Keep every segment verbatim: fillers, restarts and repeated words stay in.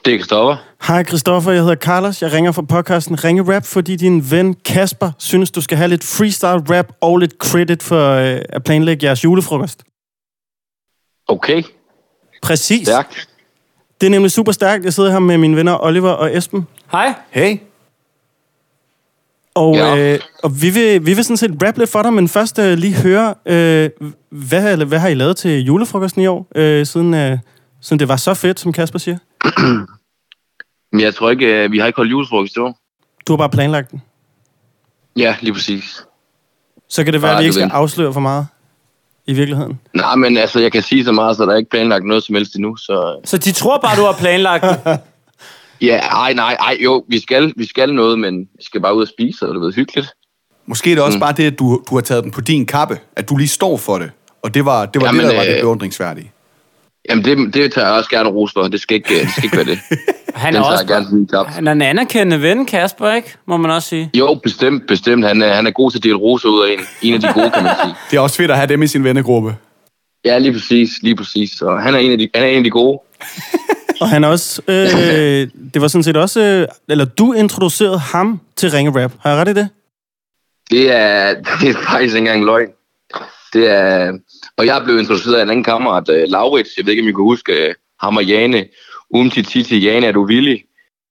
Det er Christoffer. Hej Christoffer, jeg hedder Carlos. Jeg ringer fra podcasten Ringe Rap, fordi din ven Kasper synes, du skal have lidt freestyle rap og lidt credit for øh, at planlægge jeres julefrokost. Okay. Præcis. Stærkt. Det er nemlig super stærkt. Jeg sidder her med mine venner Oliver og Esben. Hej. Hey. Og, Ja. øh, og vi, vil, vi vil sådan set rappe lidt for dig, men først øh, lige høre, øh, hvad, hvad har I lavet til julefrokosten i år, øh, siden, øh, siden det var så fedt, som Kasper siger? Men jeg tror ikke, vi har ikke holdt julefrokost i år. Du har bare planlagt den. Ja, lige præcis. Så kan det være, Bare at vi ikke du skal vil. afsløre for meget i virkeligheden. Nej, men altså, jeg kan sige så meget, så der er ikke planlagt noget som helst endnu, så... Så de tror bare, du har planlagt den? Ja, ej, nej, ej, jo, vi skal, vi skal noget, men vi skal bare ud og spise, og det er hyggeligt. Måske er det også Mm. bare det, at du, du har taget den på din kappe, at du lige står for det. Og det var det, var Jamen, det der var øh, det beundringsværdige. Jamen, det, det tager jeg også gerne ros for. Det skal ikke, det skal ikke være det. Han Den er tager også jeg gerne sådan klap. han er en anerkendende ven, Kasper, ikke? Må man også sige. Jo, bestemt, bestemt. Han er, han er god til at dele roser ud af en. En af de gode, kan man sige. Det er også fedt at have dem i sin vennegruppe. Ja, lige præcis, lige præcis. Og han er en af de, han er en af de gode. Og han er også, øh, det var sådan set også, øh, eller du introducerede ham til Ringe Rap. Har jeg ret i det? Det er, det er faktisk ikke engang løgn. Det er, og jeg er blevet introduceret af en anden kammerat, uh, Laurits. Jeg ved ikke, om I kan huske uh, ham og Jane. Um til ti til Jane, er du villig?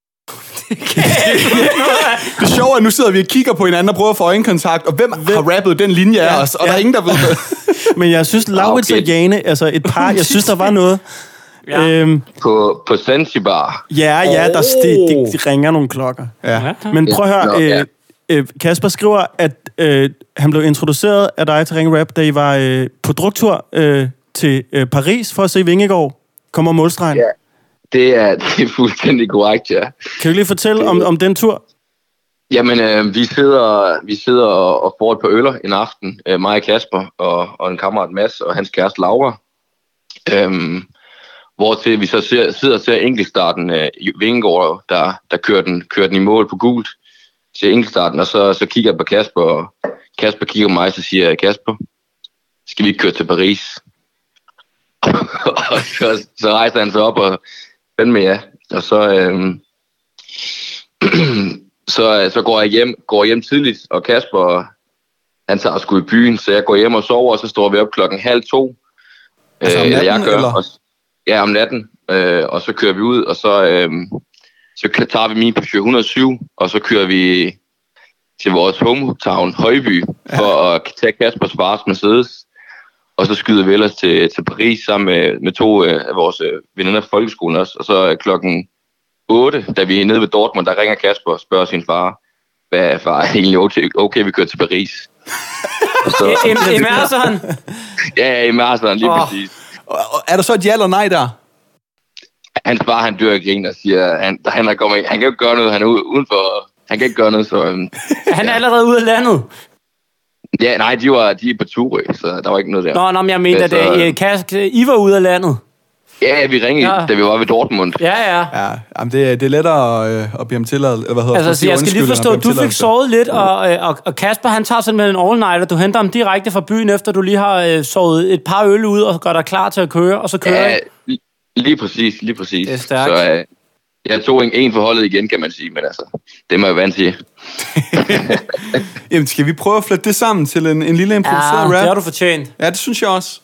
Det sjove er, at nu sidder vi og kigger på hinanden og prøver at få øjenkontakt, og hvem, hvem? har rappet den linje af Ja, os, og ja. der er ingen, der ved det. Men jeg synes, Laurits okay. og Jane, altså et par, jeg synes, der var noget. Ja. Øhm, På, på Zanzibar. ja, ja, der de, de, de ringer nogle klokker. Ja. Men prøv at høre, Nå, ja. øh, øh, Kasper skriver, at øh, han blev introduceret af dig til Ringe Rap, da I var øh, på druktur øh, til øh, Paris for at se Vingegaard komme over målstregen. Ja. Det er, det er fuldstændig korrekt, ja. Kan du lige fortælle om, om den tur? Jamen, øh, vi sidder, vi sidder og, og får et par øller en aften. Øh, mig og Kasper og, og en kammerat Mads og hans kæreste Laura. Øhm, hvor til vi så ser, sidder og ser enkeltstarten af Vingegaard, der, der kører, den, kører den i mål på gult til enkeltstarten. Og så, så kigger jeg på Kasper, og Kasper kigger på mig, så siger jeg, Kasper, skal vi ikke køre til Paris? Og så, så rejser han sig op og fandme ja. Og så... Øhm, Så, så går jeg hjem, går hjem tidligt, og Kasper, han tager sgu i byen, så jeg går hjem og sover, og så står vi op klokken halv to. Altså om Øh, natten, jeg gør, eller? og, ja, om natten. Øh, og så kører vi ud, og så, øh, så tager vi min Peugeot et hundrede og syv, og så kører vi til vores hometown, Højby, for ja. at tage Kaspers fars Mercedes. Og så skyder vi ellers til, til Paris sammen med, med to øh, af vores øh, veninder fra folkeskolen også. Og så klokken otte, da vi er nede ved Dortmund, der ringer Kasper og spørger sin far, hvad er far egentlig okay, okay vi kører til Paris? Så, I, i Mærseren? ja, i Mærseren, lige Åh. oh. præcis. Og- og Er der så et ja eller nej der? Hans far, han dør af grin og siger, han, han, er kommet, han kan jo ikke gøre noget, han er ude, udenfor, han kan ikke gøre noget, så... Øhm, Han er allerede ude af landet. ja, nej, de var de er på Turø, så der var ikke noget der. Nå, nå, men jeg mente, at Altså- øh, Kas- I var ude af landet. Ja, vi ringede, Ja. da vi var ved Dortmund. Ja, ja. Ja, jamen det, er- det er lettere øh, at bede om tilladelse, eller hvad hedder Altså, det? så jeg skal lige forstå, at du fik sovet lidt, og, øh, og, og Kasper, han tager simpelthen en all-nighter. Du henter ham direkte fra byen, efter du lige har øh, sovet et par øl ud, og gør dig klar til at køre, og så kører Ja, jeg. li- lige præcis, lige præcis. Det er stærkt. Så øh, jeg tog en, en forholdet igen, kan man sige, men altså, det må jeg vant til. Jamen, skal vi prøve at flette det sammen til en, en lille improviseret Ja, rap? det har du fortjent. Ja, det synes jeg også.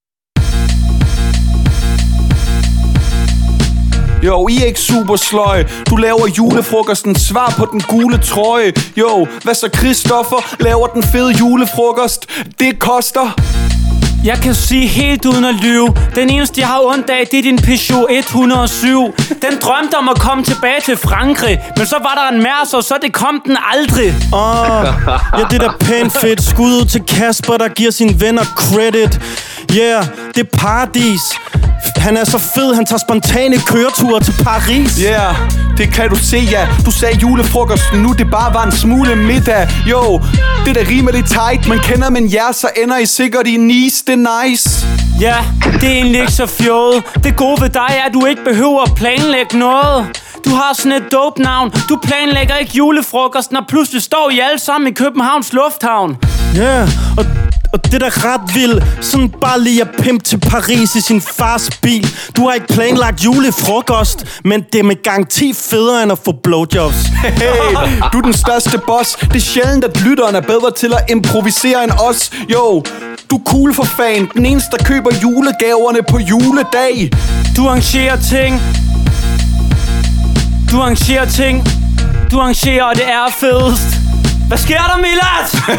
Jo, I er ikke super sløj. Du laver julefrokosten, svar på den gule trøje. Jo, hvad så Christoffer? Laver den fede julefrokost. Det koster. Jeg kan sige helt uden at lyve, den eneste jeg har ondt af, det er din Peugeot et hundrede og syv. Den drømte om at komme tilbage til Frankrig, men så var der en Mercer, så det kom den aldrig. Åh, oh, ja, det er da pænt fedt. Skud ud til Kasper, der giver sine venner credit. Yeah, det er paradis. Han er så fed, han tager spontane køreture til Paris. Ja, yeah, det kan du se, ja. Du sagde julefrokosten, nu det bare var en smule middag. Jo, det der rimer lidt tight. Man kender men jer, så ender I sikkert i Nice. Det er nice. Ja, det er egentlig ikke så fjollet. Det gode ved dig er, at du ikke behøver at planlægge noget. Du har sådan et dope navn. Du planlægger ikke julefrokosten, og pludselig står I alle sammen i Københavns Lufthavn. Ja, yeah, og, Og det der ret vildt, sådan bare lige at pimp til Paris i sin fars bil. Du har ikke planlagt julefrokost, men det er med garanti federe end at få blowjobs. Hey, du er den største boss. Det er sjældent, at lytteren er bedre til at improvisere end os. Jo, du er cool for fan. Den eneste, der køber julegaverne på juledag. Du arrangerer ting. Du arrangerer ting. Du arrangerer, og det er fedest. Hvad sker der, Milad?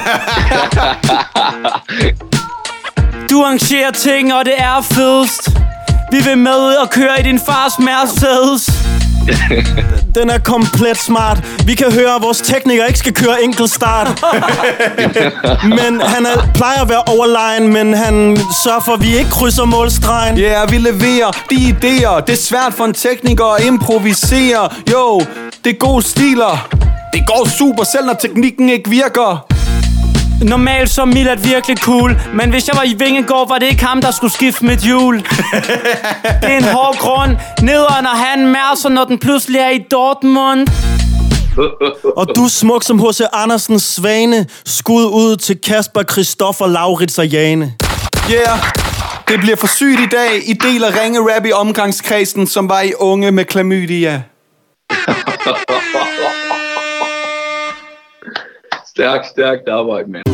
Du arrangerer ting, og det er fedest. Vi vil med og køre i din fars Mercedes. Den er komplet smart. Vi kan høre, at vores tekniker ikke skal køre enkeltstart. Men han er, plejer at være overlegen, men han sørger for, at vi ikke krydser målstregen. Ja, yeah, vi leverer de idéer. Det er svært for en tekniker at improvisere. Jo, det er gode stiler. Det går super, selv når teknikken ikke virker. Normalt så er Milad virkelig cool, men hvis jeg var i Vingegård, var det ikke ham, der skulle skifte mit hjul. Det er en hård grund. Nederen og han mærser, når den pludselig er i Dortmund. Og du er smuk som H C Andersens svane. Skud ud til Kasper, Christoffer, Laurits og Jane. Yeah, det bliver for sygt i dag. I deler ringe rap i omgangskredsen, som var i unge med klamydia. Stærkt, stærkt arbejde, mand.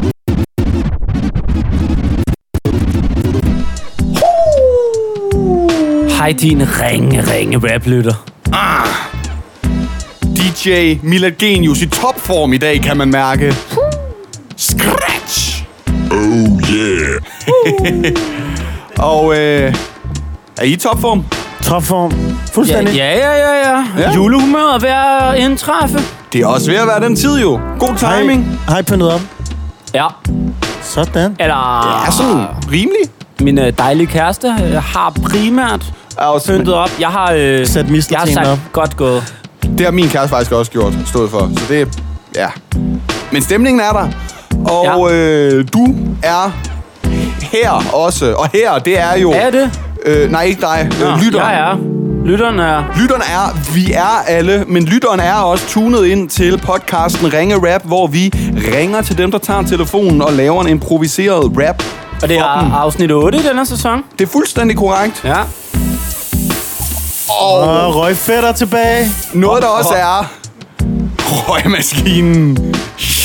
Hej din ringe, ringe raplytter. Ah. D J Milad Genius i topform i dag, kan man mærke. Scratch! Oh yeah! Og øh, er I i topform? Topform. Fuldstændig. Ja, ja, ja, ja. Ja. Julehumør er ved at indtræffe. Det er også ved at være den tid jo. God timing. Hej, pyntet op. Ja. Sådan. Eller... Ja, sådan rimelig. Min øh, dejlige kæreste øh, har primært også pyntet op. Jeg har... Øh, Sat jeg har mistelten sagt op. godt gået. Det har min kæreste faktisk også gjort, stået for. Så det, ja. Men stemningen er der. Og Ja. øh, du er her også. Og her, det er jo... Er det? Øh, nej, ikke dig. Øh, lytteren. Ja, ja. Lytteren er... Lytteren er, vi er alle, men lytteren er også tunet ind til podcasten Ringe Rap, hvor vi ringer til dem, der tager telefonen og laver en improviseret rap. Og det er for dem. afsnit otte i denne sæson. Det er fuldstændig korrekt. Ja. Og Og Røg Fætter tilbage. noget, der også er røgmaskinen.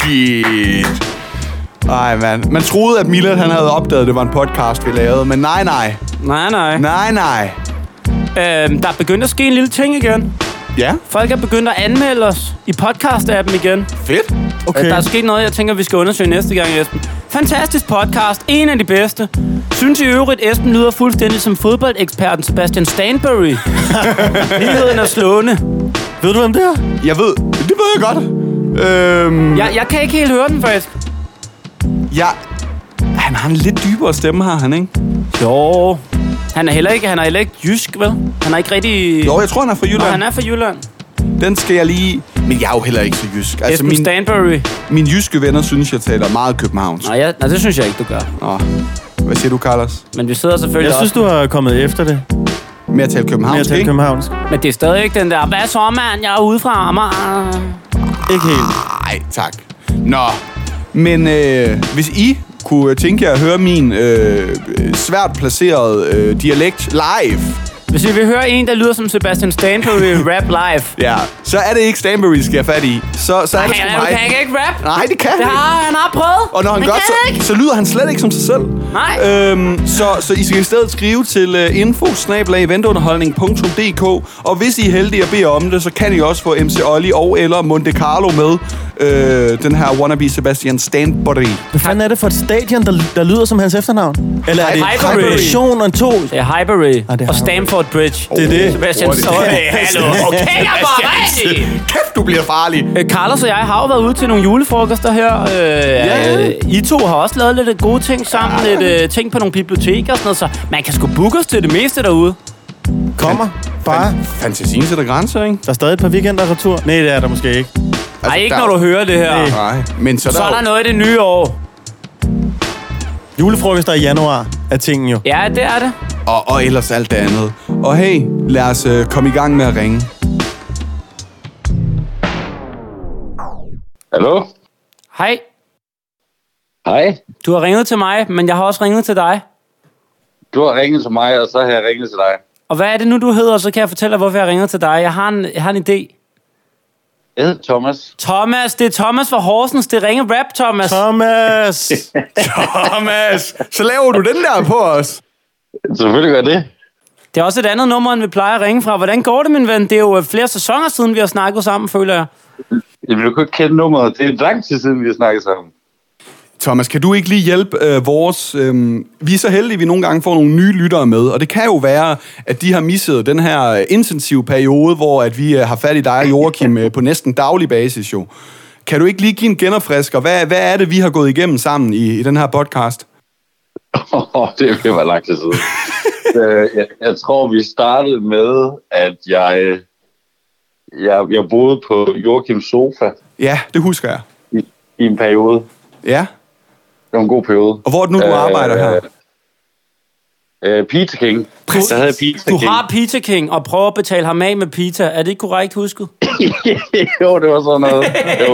Shit. Ej, mand. Man troede, at Milad han havde opdaget, at det var en podcast, vi lavede, men nej, nej. Nej, nej. Nej, nej. Øhm, der er begyndt at ske en lille ting igen. Ja, Folk er begyndt at anmelde os i podcast-appen igen. fedt. Okay. Der er sket noget, jeg tænker, vi skal undersøge næste gang, Esben. Fantastisk podcast. En af de bedste. Synes i øvrigt, Esben lyder fuldstændig som fodboldeksperten Sebastian Stanbury. Ligheden er slående. Ved du, hvem det er? Jeg ved, det ved jeg godt. Øhm, Jeg, jeg kan ikke helt høre den, faktisk. ja. Han har en lidt dybere stemme, har han, ikke? Jo. Han er heller ikke, han er heller ikke jysk, vel? Han er ikke rigtig... Jo, jeg tror, han er fra Nå, Jylland. han er fra Jylland. Den skal jeg lige... Men jeg er jo heller ikke så jysk. Altså, Esben min, Stanbury. mine jyske venner synes, jeg taler meget københavnsk. Nej, jeg, nej, det synes jeg ikke, du gør. Nå. Hvad siger du, Carlos? Men vi sidder selvfølgelig Jeg synes, også... du har kommet efter det. Med at tale Med at københavnsk, tale ikke? københavnsk. Men det er stadig ikke den der... Hvad så, mand? Jeg er ude fra Amager. Ikke helt. Nej, tak. Nå. Men øh, hvis I kunne tænke jer at høre min øh, svært placerede øh, dialekt live, Hvis vi vil høre en, der lyder som Sebastian Stanbury rap live. ja, så er det ikke Stanbury, skal jeg fat i. Så, så er det sgu Han mig. kan ikke, ikke rap. Nej, det kan Det han har han har prøvet. Og når han, Men gør, kan så, ikke. så lyder han slet ikke som sig selv. Nej. Øhm, så, så I skal i stedet skrive til uh, info snabel-a eventunderholdning punktum d k. Og hvis I er heldige at bede om det, så kan I også få M C Olli og eller Monte Carlo med. Øh, den her wannabe Sebastian Stanbury. Hvad fanden er det for et stadion, der, der lyder som hans efternavn? Eller er det Highbury. en kombination og en to? Det er Highbury Ah, det er og Highbury. Stamford Bridge. Det er det. Sebastian Hurtigt. Stanbury. Hallo. Okay, jeg var rigtig. Kæft, du bliver farlig. Øh, Carlos og jeg har jo været ude til nogle julefrokoster her. Øh, Ja. øh, I to har også lavet lidt gode ting sammen. Lidt øh, ting på nogle biblioteker og sådan noget. Så man kan sgu booke os til det meste derude. Kommer. Bare. Fantasien sætter grænser, ikke? Der er stadig et par weekender retur. Nej, det er der måske ikke. Nej, ikke der- når du hører det her. Nej. Nej, men så, Så er der, der noget i det nye år. Julefrokoster i januar er tingen jo. Ja, det er det. og, og ellers alt det andet. Og hey, lad os øh, komme i gang med at ringe. Hallo? Hej. Hej. Du har ringet til mig, men jeg har også ringet til dig. Du har ringet til mig, og så har jeg ringet til dig. Og hvad er det nu, du hedder? Så kan jeg fortælle dig, hvorfor jeg ringer til dig. Jeg har en, jeg har en idé. Jeg hedder Thomas. Thomas, det er Thomas fra Horsens. Det ringer rap, Thomas. Thomas! Thomas! Så laver du den der på os. Selvfølgelig gør det. Det er også et andet nummer, end vi plejer at ringe fra. Hvordan går det, min ven? Det er jo flere sæsoner siden, vi har snakket sammen, føler jeg. Jamen, du kan ikke kende nummeret. Det er lang tid siden, vi har snakket sammen. Thomas, kan du ikke lige hjælpe øh, vores... Øh, vi er så heldige, at vi nogle gange får nogle nye lyttere med, og det kan jo være, at de har misset den her intensive periode, hvor at vi øh, har fat i dig, Joachim, øh, på næsten daglig basis jo. Kan du ikke lige give en genopfrisker? Hvad, hvad er det, vi har gået igennem sammen i, i den her podcast? Oh, det vil være lang tid siden. jeg, jeg tror, vi startede med, at jeg, jeg, jeg boede på Joachims sofa. Ja, det husker jeg. I, i en periode. Ja. Det var en god periode. Og hvor er det nu, du øh, arbejder her? Øh, Pizza King. Der havde Pizza du King. har Pizza King og prøver at betale ham af med pizza. Er det ikke korrekt husket? Jo, det var sådan noget. Jo.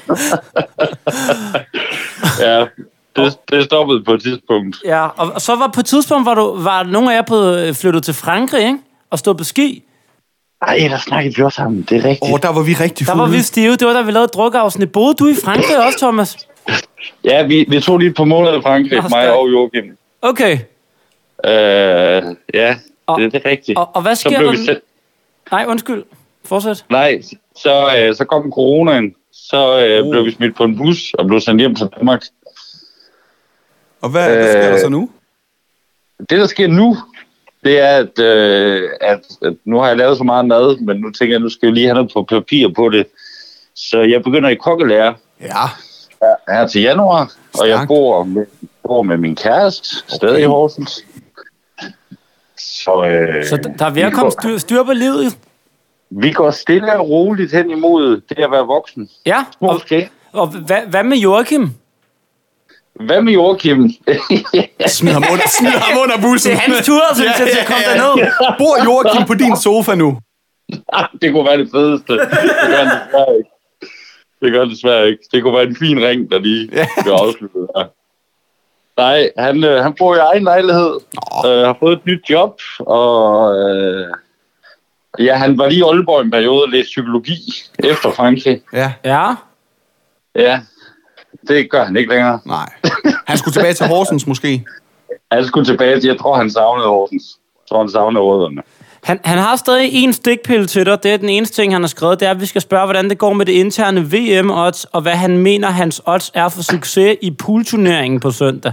Ja, det, det stoppede på et tidspunkt. Ja, og, og så var på et tidspunkt, var, du, var nogle af jer på, flyttet til Frankrig, ikke? Og stod på ski. Ej, der snakkede vi også sammen. Det er rigtigt. Åh, oh, der var vi rigtig Der fulde. var vi stive. Det var da vi lavede drukafsnit. Boede du i Frankrig også, Thomas? Ja, vi, vi tog lige et par måneder i Frankrig, Nå, mig og Joachim. Okay. Øh, ja, og, det, det er rigtigt. Og, og hvad sker der? Selv... Nej, undskyld. Fortsæt. Nej, så, øh, så kom coronaen. Så øh, oh. blev vi smidt på en bus og blev sendt hjem til Danmark. Og hvad, hvad sker der så nu? Det, der sker nu, det er, at, øh, at, at nu har jeg lavet så meget mad, men nu tænker jeg, nu skal jeg lige have noget på papir på det. Så jeg begynder i kokkelære. Ja. Her til januar, og jeg bor med, bor med min kæreste, okay. Stadig i Horsens. Så, øh, så der er ved at komme styr, styr på livet? Vi går stille og roligt hen imod det at være voksen. Ja, og, og hvad, hvad med Joachim? Hvad med Joachim? Smid ham under, smid ham under bussen. Det er hans tur, synes jeg, til at komme derned. Bor Joachim på din sofa nu? Det kunne være det fedeste. Det gør han desværre ikke. Det gør han desværre ikke. Det kunne være en fin ring, der lige bliver afsluttet. Ja. Nej, han, øh, han bor i egen lejlighed. Øh, har fået et nyt job. Og øh, ja, han var lige i Aalborg en periode og læste psykologi efter Frankrig. Ja. Ja. Ja. Det gør han ikke længere. Nej. Han skulle tilbage til Horsens måske? Han skulle tilbage til, jeg tror, han savnede Horsens. Jeg tror, han savnede rødderne. Han, han har stadig en stikpille til dig. Det er den eneste ting, han har skrevet. Det er, at vi skal spørge, hvordan det går med det interne V M-odds, og hvad han mener, hans odds er for succes i poolturneringen på søndag.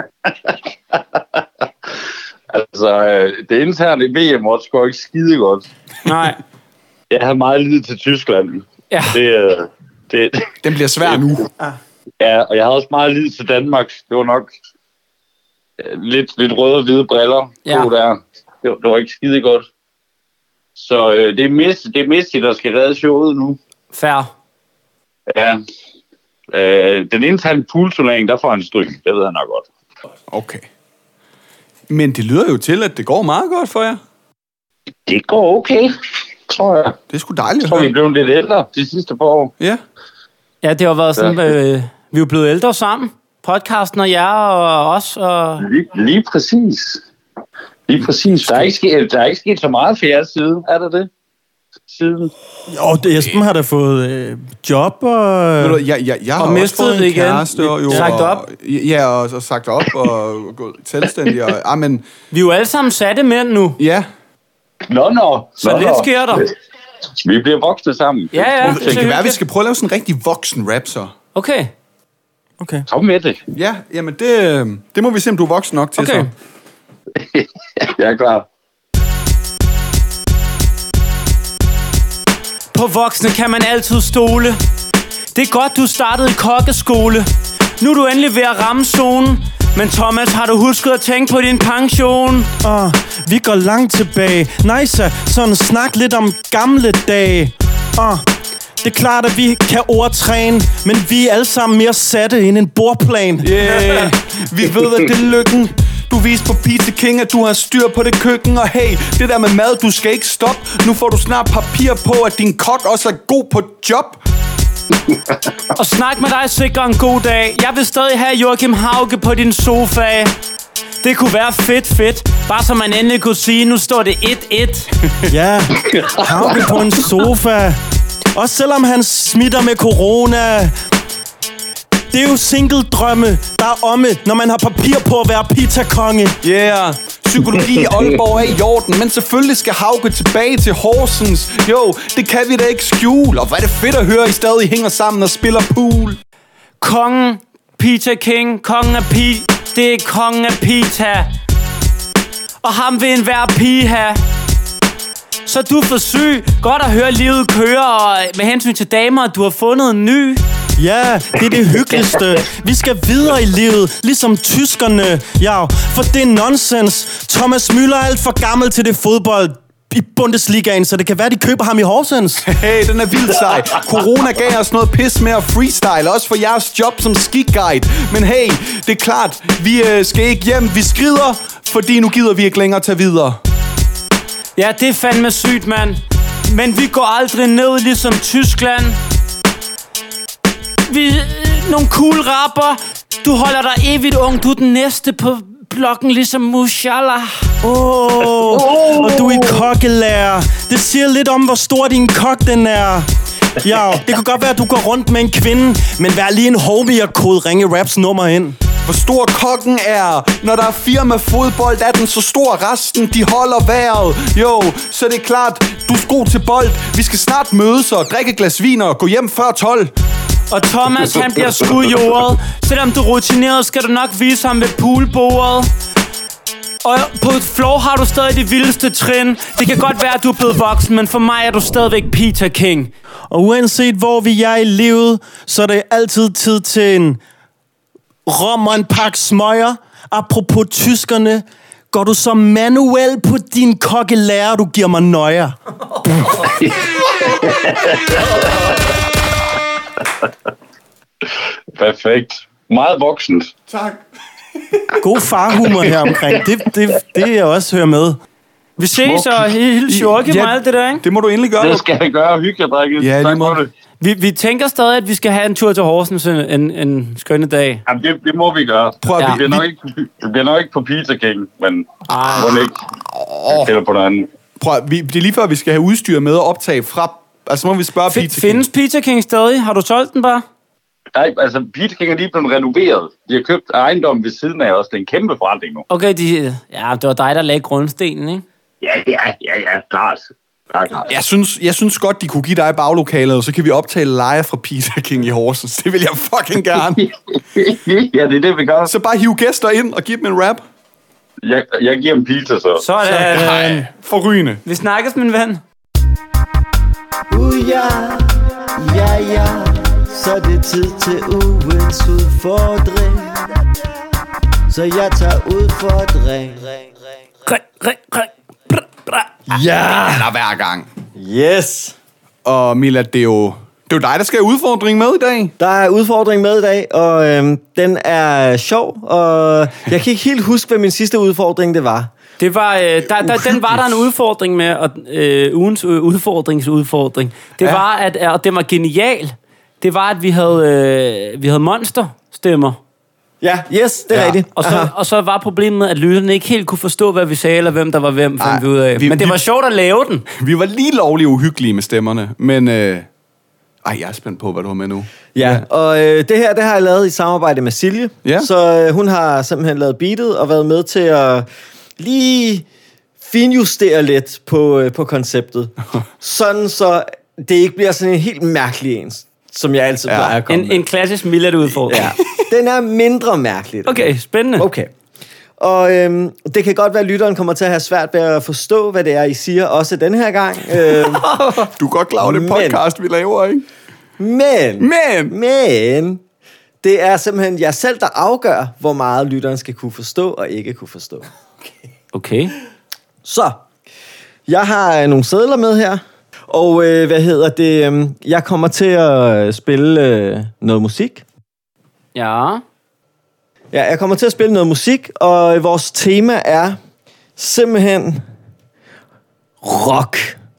Altså, det interne V M-odds går ikke skide godt. Nej. Jeg har meget lidt til Tyskland. Ja. Det, det, Den bliver svær nu. Ja, og jeg havde også meget lid til Danmark. Det var nok lidt, lidt røde og hvide briller ja. på der. Det var, det var ikke skide godt. Så øh, det er Messi, det er Messi, der skal redde showet nu. Fair. Ja. Øh, den interne poolturnering, der får han stryg. Det ved han nok godt. Okay. Men det lyder jo til, at det går meget godt for jer. Det går okay, tror jeg. Det er sgu dejligt. Jeg tror, vi er blevet lidt ældre de sidste par år. Ja. Ja, det har været sådan, øh, vi er jo blevet ældre sammen. Podcasten og jer og os. Og... Lige, lige præcis. Lige præcis. Der er, ikke sket, der er ikke sket så meget for jeres side. Er der det? Siden? Jo, det, Esben har da fået øh, job og... Jeg, jeg, jeg, jeg har og også mistet fået det en igen. kæreste. Og, jo, sagt op. Og, ja, og, og sagt op og gået selvstændig. Og, ah, men, vi er jo alle sammen satte mænd nu. Ja. Nå, nå. Så nå, lidt nå. sker der. Vi bliver voksne sammen. Ja, ja. Det, det kan være, at vi skal prøve at lave sådan en rigtig voksen rap, så. Okay. Okay. Kom med det. Ja, jamen det, det må vi se, om du er voksen nok til, okay. så. Jeg er klar. På voksne kan man altid stole. Det er godt, du startede i kokkeskole. Nu er du endelig ved at ramme zonen. Men Thomas, har du husket at tænke på din pension? Uh, vi går langt tilbage. Nice, sådan snak lidt om gamle dage. Uh, det er klart, at vi kan ordtræne, men vi er alle sammen mere satte end en bordplan. Yeah, vi ved, at det er lykken. Du viste på Pizza King, at du har styr på det køkken. Og hey, det der med mad, du skal ikke stoppe. Nu får du snart papir på, at din kok også er god på job. Og snak med dig sikrer en god dag. Jeg vil stadig have Joachim Hauge på din sofa. Det kunne være fedt, fedt. Bare så man endelig kunne sige, nu står det et et. Ja, Hauge på en sofa. Også selvom han smitter med corona. Det er jo single-drømme, der er omme, når man har papir på at være pizza-konge. Yeah, psykologi i Aalborg er i orden, men selvfølgelig skal Hauge tilbage til Horsens. Jo, det kan vi da ikke skjule. Og hvor er det fedt at høre, I stadig hænger sammen og spiller pool. Kongen, Pizza King, kongen af pi, det er kongen af pizza. Og ham vil enhver pige have. Så du er for syg, godt at høre livet køre, og med hensyn til damer, du har fundet en ny. Ja, det er det hyggeligste. Vi skal videre i livet, ligesom tyskerne. Ja, for det er nonsens. Thomas Müller er alt for gammel til det fodbold i Bundesligaen, så det kan være, de køber ham i Horsens. Hey, den er vildt sej. Corona gav os noget pis med at freestyle, også for jeres job som skiguide. Men hey, det er klart, vi øh, skal ikke hjem, vi skrider, fordi nu gider vi ikke længere tage videre. Ja, det er fandme sygt, mand. Men vi går aldrig ned ligesom Tyskland. Vi er nogle cool rapper. Du holder dig evigt ung. Du er den næste på blokken, ligesom Mushala. Åh, oh, og du er kokkelærer. Det siger lidt om, hvor stor din kok den er. Ja, det kan godt være, at du går rundt med en kvinde, men vær lige en homie og kode ringe raps nummer ind. Hvor stor kokken er. Når der er firma fodbold, er den så stor, resten de holder vejret. Jo, så det er klart, du er god til bold. Vi skal snart mødes og drikke et glas vin og gå hjem før tolv. Og Thomas, han bliver skudt i ordet. Selvom du er rutineret, skal du nok vise ham ved poolbordet. Og på et floor har du stadig de vildeste trin. Det kan godt være, at du er blevet voksen, men for mig er du stadigvæk Pizza King. Og uanset hvor vi er i livet, så er det altid tid til en rom og en pakke smøger. Apropos tyskerne, går du så manuel på din kokkelærer, du giver mig nøjer. Perfekt. Meget voksent. Tak. God farhumor her omkring. Det, det, det jeg også hører med. Vi ses og hils Joachim og alt det der, ikke? Det må du endelig gøre. Det skal jeg gøre. Hygge jer, drikke. Ja, tak det må for det. Vi, vi tænker stadig, at vi skal have en tur til Horsens en, en, en skønne dag. Jamen, det, det må vi gøre. Prøv at Ja. Det bliver nok ikke, det bliver nok ikke på Pizza King, men Ej. må det ikke. Eller på noget andet. Prøv at, vi, det er lige før, vi skal have udstyr med og optage fra... Altså, må vi spørge F- Pizza King. findes Pizza King stadig? Har du solgt den bare? Nej, altså Pizza King er lige blevet renoveret. De har købt ejendom ved siden af os. Det er en kæmpe forandring nu. Okay, de, ja, det var dig, der lagde grundstenen, ikke? Ja, ja, ja, ja, klart. klart, klart. Jeg synes, jeg synes godt, de kunne give dig baglokalet, og så kan vi optage live fra Pizza King i Horsens. Det vil jeg fucking gerne. Ja, det er det, vi gør. Så bare hive gæster ind og give dem en rap. Jeg, jeg giver dem pizza, så. Sådan. Forrygende. Vi snakkes, min ven. Uh, ja, ja, ja, så er det tid til ugens udfordring. Så jeg tager udfordring. Re, re, re, br, br. Ja, han er hver gang. Yes. Og Milad, det er jo, det er jo dig, der skal have udfordring med i dag. Der er udfordring med i dag, og øhm, den er sjov, og jeg kan ikke helt huske, hvad min sidste udfordring det var. Det var, øh, der, der, den var der en udfordring med, og øh, ugens øh, udfordringsudfordring. Det Ja. var, at, og det var genial. Det var, at vi havde, øh, vi havde monsterstemmer. Ja, yes, det er Ja. rigtigt. Og så, og så var problemet med, at lytterne ikke helt kunne forstå, hvad vi sagde, eller hvem der var hvem, fandt Ej, vi ud af. vi- Men det vi- var sjovt at lave den. Vi var lige lovligt uhyggelige med stemmerne, men... Øh, ej, jeg er spændt på, hvad du har med nu. Ja, og øh, det her, det har jeg lavet i samarbejde med Silje. Ja. Så øh, hun har simpelthen lavet beatet og været med til at lige finjustere lidt på, øh, på konceptet. Sådan så det ikke bliver sådan en helt mærkelig en, som jeg altid Ja. plejer at komme En, med. en klassisk Millet-udfordring. Ja. Den er mindre mærkelig. Okay, spændende. Okay. Og øhm, det kan godt være, at lytteren kommer til at have svært ved at forstå, hvad det er, I siger, også den her gang. Øhm, Du er godt klar over det Men- podcast, vi laver, ikke? men, Men! men, det er simpelthen jer selv, der afgør, hvor meget lytteren skal kunne forstå og ikke kunne forstå. Okay. Så, jeg har øh, nogle sedler med her, og øh, hvad hedder det? Øh, jeg kommer til at spille øh, noget musik. Ja. Ja, jeg kommer til at spille noget musik, og vores tema er simpelthen rock.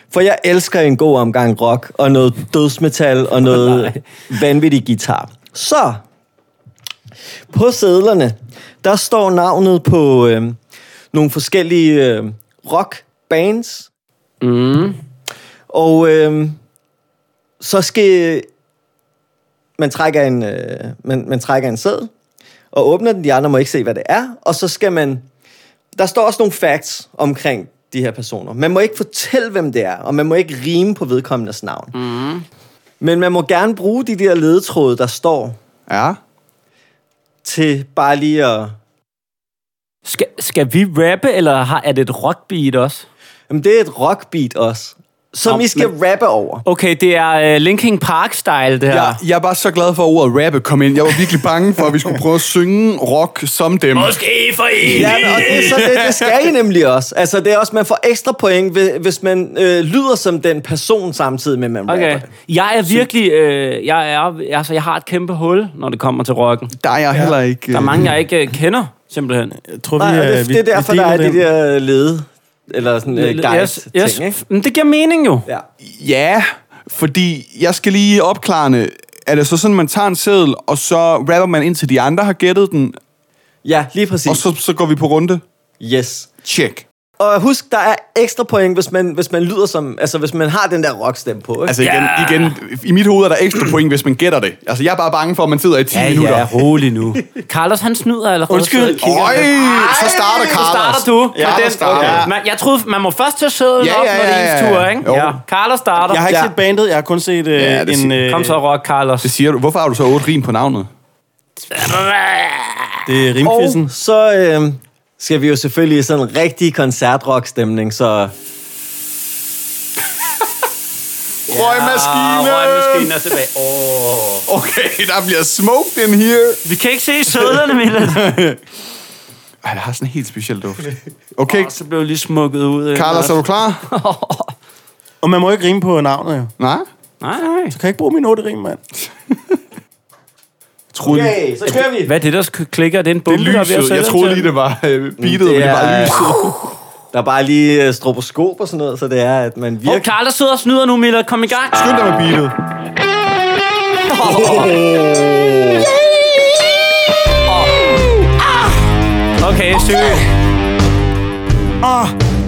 For jeg elsker en god omgang rock, og noget dødsmetal, og noget vanvittig guitar. Så, på sedlerne, der står navnet på øh, nogle forskellige øh, rockbands. Mm. Og øh, så skal man trækker en, øh, man, man trækker en seddel, og åbner den, de andre må ikke se, hvad det er, og så skal man, der står også nogle facts omkring de her personer. Man må ikke fortælle, hvem det er, og man må ikke rime på vedkommendes navn. Mm. Men man må gerne bruge de der ledetråde, der står, Ja. til bare lige at... Skal, skal vi rappe, eller har, er det et rockbeat også? Jamen, det er et rockbeat også, som Nå, I skal men- rappe over. Okay, det er uh, Linkin Park-style, det her. Jeg, jeg er bare så glad for, at ordet rappe kom ind. Jeg var virkelig bange for, at vi skulle prøve at synge rock som dem. Måske for en. Ja, og det, så det, det skal I nemlig også. Altså, det er også, man får ekstra point, hvis man øh, lyder som den person samtidig med, at man Okay. rapper det. Jeg er virkelig... Øh, jeg, er, altså, jeg har et kæmpe hul, når det kommer til rocken. Der er jeg heller ikke... Der er mange, jeg ikke øh, kender, simpelthen. Jeg tror, Nej, vi, og øh, det, vi, det er derfor, vi der er deler de den. der lede, eller sådan uh, guide yes, ting, yes. ikke? Men det giver mening jo. Ja. Ja, fordi jeg skal lige opklarende. Er det så sådan, man tager en seddel, og så rapper man indtil de andre har gættet den, Ja, lige præcis. og så, så går vi på runde? Yes. Check. Og husk, der er ekstra point, hvis man, hvis man lyder som... Altså, hvis man har den der rockstemme på, ikke? Altså igen, igen, i mit hoved er der ekstra point, hvis man gætter det. Altså, jeg er bare bange for, at man sidder i ti Ja, minutter. ja, rolig nu. Carlos, han snyder allerede. Undskyld. Så kigger Øj, han. så starter Så Carlos. starter du. Ja, med den. starter. Okay. Man, jeg troede, man må først tage sædlen Ja, op, ja, når det er ja, ens ja. tur, ikke? Jo. Ja. Carlos starter. Jeg har ikke Ja. set bandet, jeg har kun set øh, Ja, det en... siger- Øh, Kom så, rock, Carlos. Det siger du. Hvorfor har du så otte rim på navnet? det er rimkvisten. Og så øh, skal vi jo selvfølgelig i sådan en rigtig koncertrock-stemning, så... Røgmaskine! Røgmaskinen er tilbage. Oh. Okay, der bliver smoked in here. Vi kan ikke se sædlerne, Milan. Ej, det har sådan en helt speciel duft. Okay, Så blev jeg lige smukket ud. Carlos, er du klar? Og man må ikke rime på navnet, jo. Nej? Nej, nej. Så kan jeg ikke bruge min otte rim, mand. Okay, så kører vi. Hvad er det, der sk- klikker? Det er en Det bombe, er der er ved at lyset. sætte Jeg den troede til. lige, det var øh, beatet, men Det det er bare er- lyset. Der er bare lige uh, stroboskop og sådan noget, så det er, at man Åh, virkelig... Carlos sidder og snyder nu, Milan. Kom i gang. Skynd dig med beatet. Okay, syg. Ah.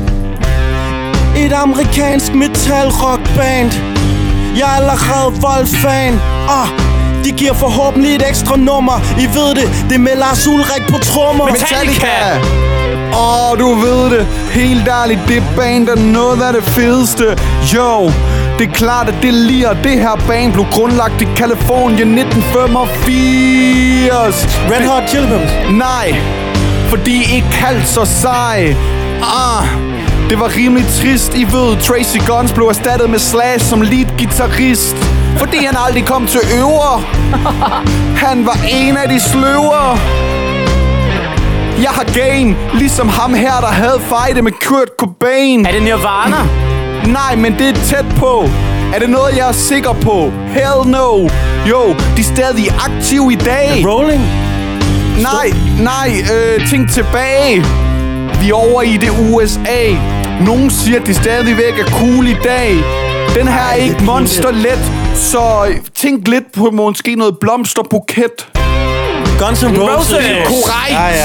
Et amerikansk metal-rock-band. Jeg er allerede voldfan. Ah. De giver forhåbentlig et ekstra nummer. I ved det, det er med Lars Ulrik på trommer. Metallica. Åh, oh, du ved det. Helt ærligt, det band er noget af det fedeste. Jo, det er klart, at det liger. Det her band blev grundlagt i Californien nitten femogfirs. Red Hot Chili Peppers. Nej, fordi I ikke kaldt så sej. Ah, det var rimelig trist. I ved, Tracy Guns blev erstattet med Slash som lead-gitarrist, fordi han aldrig kom til øver. Han var en af de sløver. Jeg har game, ligesom ham her, der havde fightet med Kurt Cobain. Er det Nirvana? Nej, men det er tæt på. Er det noget, jeg er sikker på? Hell no. Jo, de er stadig aktive i dag. Rolling. Nej, nej, øh, tænk tilbage. Vi er over i det U S A. Nogen siger, at de stadigvæk er cool i dag. Den her er ikke monsterlet, så tænk lidt på måske noget blomsterbuket. Guns N' Roses. Korrekt. Ja, ja.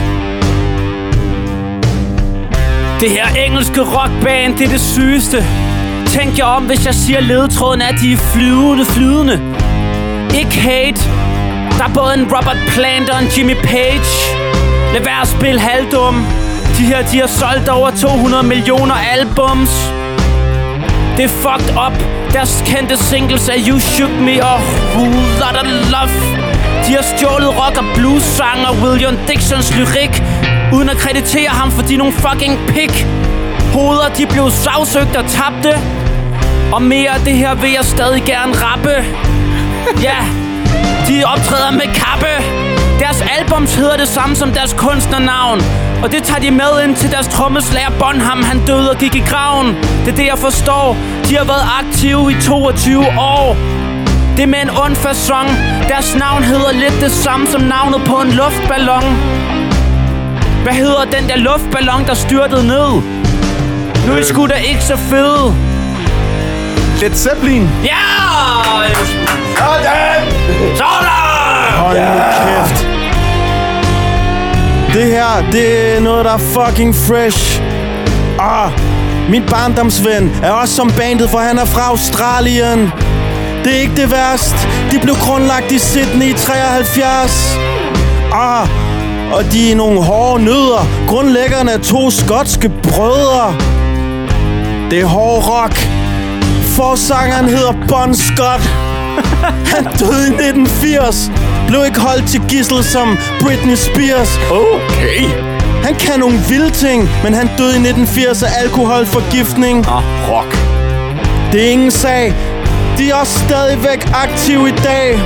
Det her engelske rockband, det er det sygeste. Tænk jer om, hvis jeg siger, ledetråden er, de er flyvende, flydende. Ikke hate. Der er både en Robert Plant og en Jimmy Page. Lad være at spille halvdum. De her, de har solgt over to hundrede millioner albums. Det er fucked up. Deres kendte singles er You Shook Me og Who Lotta Love. De har stjålet rock og blues sanger William Dixons lyrik, uden at kreditere ham for de nogle fucking pik. Hoveder, de blev sagsøgt og tabte. Og mere af det her vil jeg stadig gerne rappe. Ja, de optræder med kappe. Deres albums hedder det samme som deres kunstnernavn, og det tager de med ind til deres trommeslager Bonham. Han døde og gik i graven. Det er det jeg forstår. De har været aktive i toogtyve år. Det er med en ond facon. Deres navn hedder lidt det samme som navnet på en luftballon. Hvad hedder den der luftballon, der styrtede ned? Nu er I sgu da ikke så fede. Led Zeppelin. Ja! Sådan! Sådan! Hold nu kæft. Det her, det er noget, der er fucking fresh. Ah, min barndomsven er også som bandet, for han er fra Australien. Det er ikke det værst. De blev grundlagt i Sydney i treoghalvfjerds. Ah, og de er nogle hårde nødder. Grundlæggerne er to skotske brødre. Det er hård rock. Forsangeren hedder Bon Scott. Han døde i nitten firs. Blev ikke holdt til gidsel som Britney Spears. Okay. Han kan nogle vilde ting, men han døde i nitten firs af alkoholforgiftning. Ah, rock. Det er ingen sag. De er også stadigvæk aktive i dag.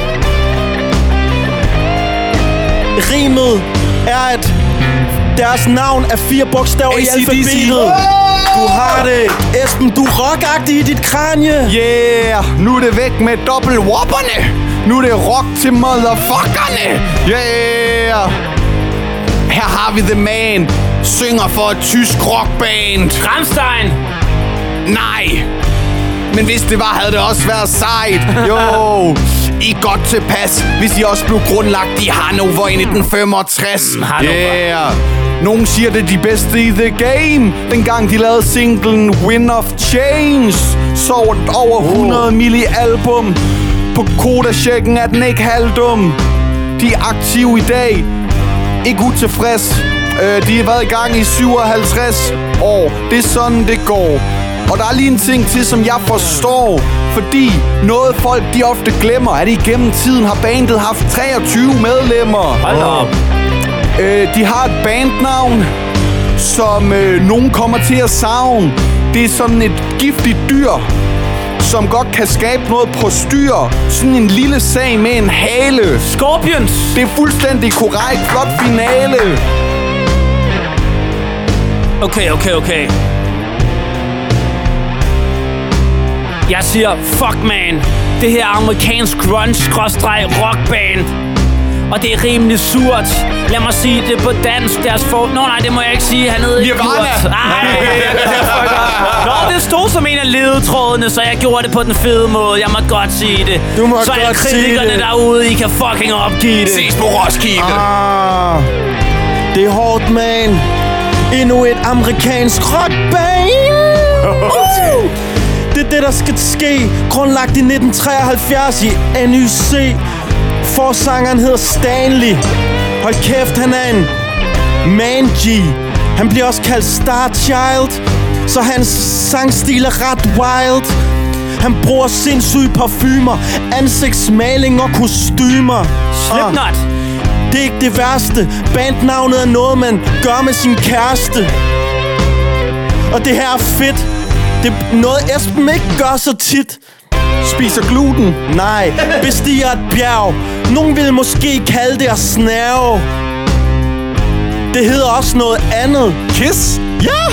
Rimet er, at deres navn er fire bogstaver i alfabetet. Du har det. Esben, du er rockagtig i dit kranje. Yeah, nu er det væk med dobbelt-whopperne. Nu er det rock til motherfuckerne. Yeah. Her har vi The Man. Synger for et tysk rockband. Rammstein. Nej. Men hvis det var, havde det også været sejt. Jo. I er godt tilpas, hvis I også blev grundlagt i Hannover i nitten femogtres. Mm, Hannover. Yeah. Nogen siger, det er de bedste i the game. Dengang de lavede singlen Wind of Change. Solgt over hundrede milli album. På Koda-checken er den ikke halvdum. De er aktive i dag. Ikke utilfreds. øh, De har været i gang i syvoghalvtreds år. Det er sådan det går. Og der er lige en ting til, som jeg forstår. Fordi noget folk de ofte glemmer, at igennem tiden har bandet haft treogtyve medlemmer. Hold op. øh, De har et bandnavn, som øh, nogen kommer til at savne. Det er sådan et giftigt dyr, som godt kan skabe noget på styr. Sådan en lille sag med en hale. Scorpions. Det er fuldstændig korrekt. Flot finale. Okay, okay, okay. Jeg siger, fuck man. Det her amerikansk grunge-rockband. Og det er rimelig surt. Lad mig sige det på dansk. Deres for... Nå nej, det må jeg ikke sige. Han hedder Nirvana. Nej, Nå, det stod som en af ledetrådene, så jeg gjorde det på den fede måde. Jeg må godt sige det. Du må så alle godt sige kritikerne det. derude, I kan fucking opgive det. Ses på Roskilde. Ah, det er hårdt, man. Endnu et amerikansk rockband. Uh! Det er det, der skal ske. Grundlagt i nitten treoghalvfjerds i N Y C. Forsangeren hedder Stanley. Hold kæft, han er en man-G. Han bliver også kaldt Star Child, så hans sangstil er ret wild. Han bruger sindssyge parfumer, ansigtsmaling og kostymer. Slipknot. Det er ikke det værste. Bandnavnet er noget, man gør med sin kæreste. Og det her er fedt. Det er noget, Esben ikke gør så tit. Spiser gluten. Nej, bestiger et bjerg. Nogen vil måske kalde det at snæve. Det hedder også noget andet. Kiss. Ja!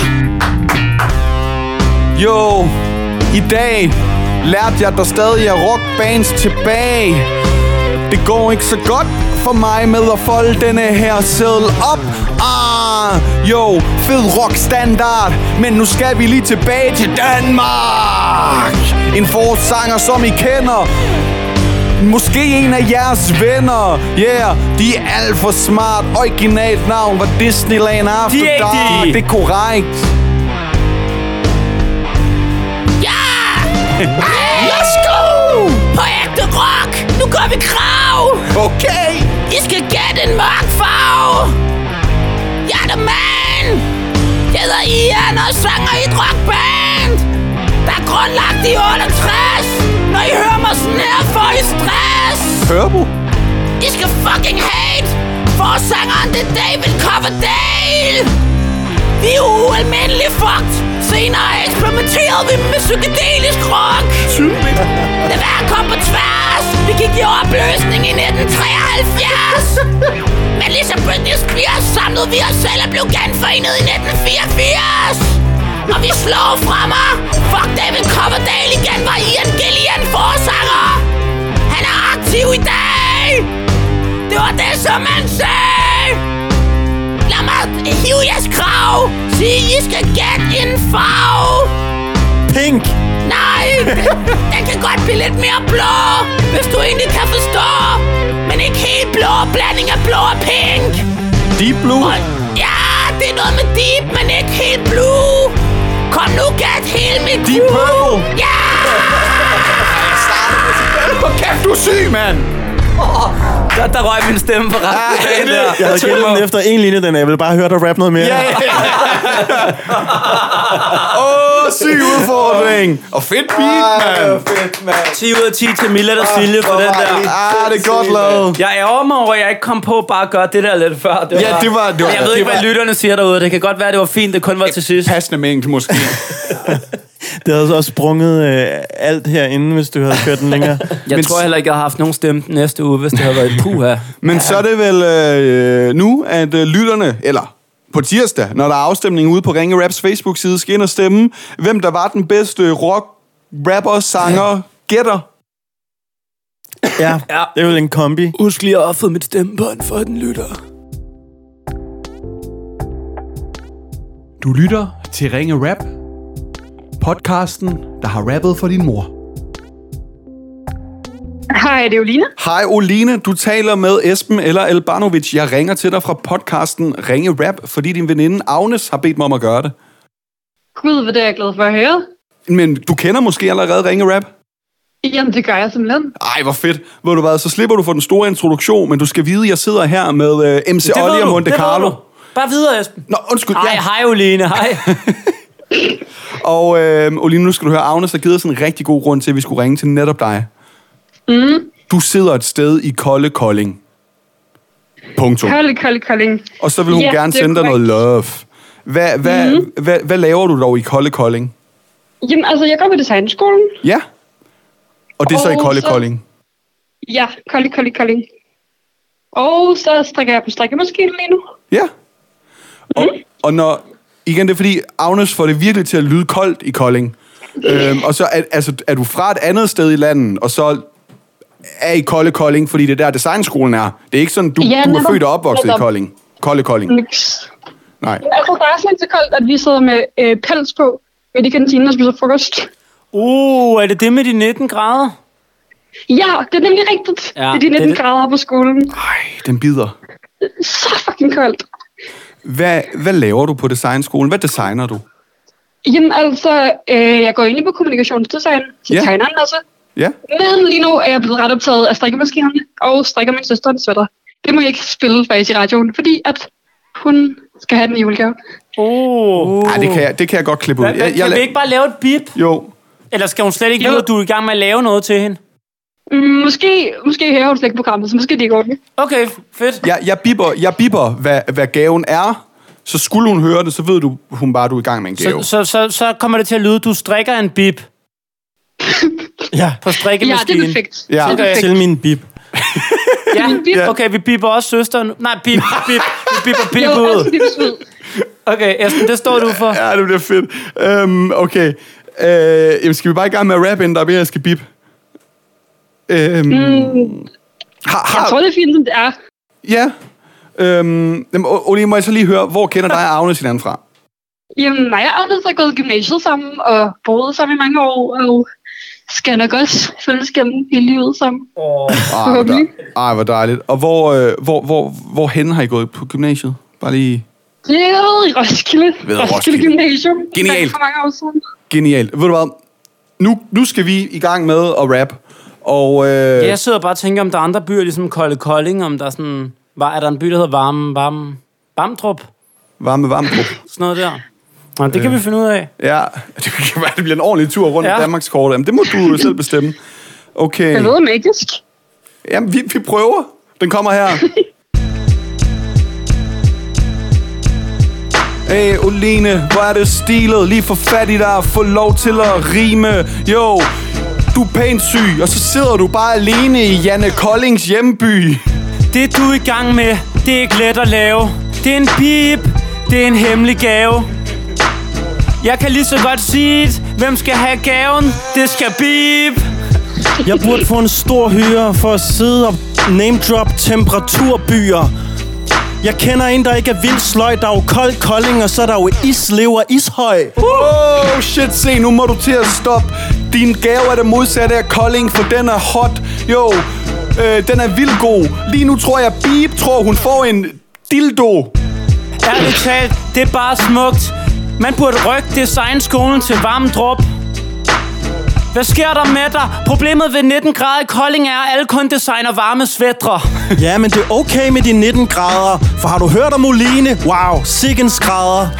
Jo, i dag lærte jeg, at der stadig er rockbands tilbage. Det går ikke så godt for mig med at folde denne her seddel op. Ah, jo, fed rockstandard. Men nu skal vi lige tilbage til Danmark. En forsanger, som I kender. Måske en af jeres venner. Yeah, de er alt for smart. Originalt navn var Disneyland After De er Dark. de. Det er korrekt. Let's go! På ægte rock. Nu gør vi krav. Okay. I skal gætte en mørk farve. Jeg er the man. Jeg hedder Ian og sanger i et rockband. Der er grundlagt i otteogtres. Når I hører mig sådan her, får I stress. Hører du? I skal fucking hate. Forsangeren, det er David Coverdale. Vi er ualmindelig fucked. Senere eksperimenterede vi med psykedelisk rock. Tydeligt. Det var at komme på tværs. Vi gik i opløsning i nitten treoghalvfjerds. Men ligesom Britney Spears samlede vi os selv og blev genforenet i nitten fireogfirs. Og vi slår fra mig. Fuck David Coverdale igen, var Ian Gillian forsanger. Han er aktiv i dag. Det var det, som man sagde. Lad mig hive jeres krav. Sig, I skal gætte en farve. Pink. Nej, Den kan godt blive lidt mere blå, hvis du egentlig kan forstå. Men ikke helt blå, blanding af blå og pink. Deep blue? Og, ja, det er noget med deep, men ikke helt blue. Kom nu, get hele mit Deep purple? Ja! Hvor kæft, du er syg, mand! Oh, der, der røg min stemme for ret. Ja, jeg, jeg havde gættet den efter en linje, den jeg ville bare høre dig rappe noget mere. Ja, ja. Åh, oh, syg udfordring. Og fedt beat, mand. Fedt, mand. ti ud af ti til Millard og Silje for den der. Ah, det er godt lavet. Jeg ærger mig over, at jeg ikke kom på bare at gøre det der lidt før. Det var, Ja, det var... Det var jeg ved det ikke, var, hvad lytterne siger derude. Det kan godt være, det var fint, det kun var til sidst. passende mængde, måske. Det havde også sprunget øh, alt herinde, hvis du havde kørt den længere. Jeg Men tror heller ikke, jeg har haft nogen stemme den næste uge, hvis det havde været et puha. Men så er det vel øh, nu, at øh, lytterne, eller på tirsdag, når der er afstemning ude på Ringe Raps Facebook-side, skal ind og stemme, hvem der var den bedste rock, rapper, sanger, gætter. Ja, Ja. det er jo en kombi. Husk lige at ofre mit stemmebånd for den lytter. Du lytter til Ringe Rap, podcasten, der har rappet for din mor. Hej, det er Oline. Hej Oline, du taler med Esben eller Elbanovic. Jeg ringer til dig fra podcasten Ringe Rap, fordi din veninde Agnes har bedt mig om at gøre det. Gud, hvad det er jeg glad for at høre. Men du kender måske allerede Ringe Rap? Jamen, det gør jeg simpelthen. Ej, hvor fedt. Ved du hvad, så slipper du for den store introduktion, men du skal vide, at jeg sidder her med uh, M C Olli og Monte Carlo. Bare videre, Esben. Nå, undskyld. Hej, Ja. hej Oline, hej. Og øh, Oline, nu skal du høre, Agnes har givet os en rigtig god grund til, at vi skulle ringe til netop dig. Mm. Du sidder et sted i Kolde Kolding. Punktum. Kolde, kolde, kolding. Og så vil hun Ja, gerne det er sende dig noget korrekt. love. Hvad, hvad, Mhm. hvad, hvad laver du dog i Kolde Kolding? Jamen, altså, jeg går på designskolen. Ja. Og det er så i Og Kolde så- Kolding. Ja, kolde, kolde, kolding. Og så strikker jeg på strikkemaskinen lige nu. Ja. Og, og når... Igen, det er fordi, Agnes får det virkelig til at lyde koldt i Kolding. Øhm, og så er, altså, er du fra et andet sted i landet, og så er i Kolde Kolding, fordi det er der designskolen er. Det er ikke sådan, du, Ja, du er netop. født og opvokset i Netop. Kolding. Kolde Kolding. Nix. Nej. Altså, der er sådan så koldt, at vi sidder med øh, pels på midt i kantinen og spiser frokost. Uh, er det det med de nitten grader? Ja, det er nemlig rigtigt. Ja, Ja, det er de det er nitten det. grader på skolen. Ej, den bider. Så fucking koldt. Hvad, hvad laver du på designskolen? Hvad designer du? Jamen altså, øh, jeg går ind på kommunikationsdesign, så Ja. yeah. tegner den også. Ja. Men lige nu er jeg blevet ret optaget af strikkemaskinen, og strikker min søster en sweater. Det må jeg ikke spille faktisk i radioen, fordi at hun skal have den i julegave. Uh. Ej, det kan jeg, det kan jeg godt klippe ud. Hvad, hvad, Jeg, jeg, kan vi la- ikke bare lave et bip? Jo. Eller skal hun slet ikke Jo. vide, at du er i gang med at lave noget til hende? Mm, måske, måske hører hun slet ikke programmet, så måske det går det. Okay, fedt. Jeg, jeg bipper, jeg bipper hvad, hvad gaven er. Så skulle hun høre det, så ved du, hun bare, du er i gang med en gave. Så, så, så, så kommer det til at lyde, du strikker en bip Ja, på Ja, strikkemaskinen. det er perfekt. Ja. Det er Okay. perfekt. til min bip. Ja, Ja. okay, vi bipper også søsteren. Nej, bip, bip, vi bipper bip Jo, ud. altså, det er ud. Okay, Esben, det står du for. Ja, det bliver fedt. Um, okay. Uh, jamen, skal vi bare i gang med at rappe, inden der er mere, jeg skal bip? Um, Mm, har, jeg har, tror, det er fint, som det er. ja. Um, jamen, O- Ole, må jeg så lige høre, hvor kender dig og Agnes hinanden fra? Jamen, mig og Agnes har gået i gymnasiet sammen, og boet sammen i mange år, og skal nok også følges gennem hele livet sammen. Ej, hvor, Forhåbentlig. dej- ej, hvor dejligt. Og hvor, øh, hvor, hvor, hvor hen har I gået på gymnasiet? Bare lige... Det er i Roskilde. Ved Roskilde Roskilde. Gymnasium. Genialt. For mange år siden. Genialt. Ved du hvad? Nu, nu skal vi i gang med at rap. Og øh, Ja, jeg sidder bare og tænker, om der er andre byer, ligesom Kolde Kolding, om der er sådan... Var, er der en by, der hedder Varm, Varm, Bamtrup? varme Vamdrup. Sådan noget der. Nå, det kan vi finde ud af. Ja, det kan være, det bliver en ordentlig tur rundt Ja. ja. Danmarks kort. Jamen, det må du jo selv bestemme. Okay. Det lyder magisk. Jamen, vi, vi prøver. Den kommer her. Hey, Oline, hvor er det stilet? Lige for fat i dig og få lov til at rime. Jo, du er pænt syg, og så sidder du bare alene i Janne Koldings hjemby. Det du er i gang med, det er ikke let at lave. Det er en bip, det er en hemmelig gave. Jeg kan lige så godt sige det. Hvem skal have gaven? Det skal bip. Jeg burde få en stor hyre for at sidde og name drop temperaturbyer. Jeg kender en, der ikke er vildt sløj. Der er jo kold Kolding, og så er der jo Islev og Ishøj. Oh shit, se, nu må du til at stoppe. Din gave er det modsatte af Kolding, for den er hot. Jo, øh, den er vildt god. Lige nu tror jeg, Bip tror, hun får en dildo. Ærligt talt, det er bare smukt. Man burde rykke designskolen til Varmdrup. Hvad sker der med dig? Problemet ved nitten grader i Kolding er, at alle kun designer varme svætre. Ja, men det er okay med de nitten grader. For har du hørt om Oline? Wow, sikken skrædder.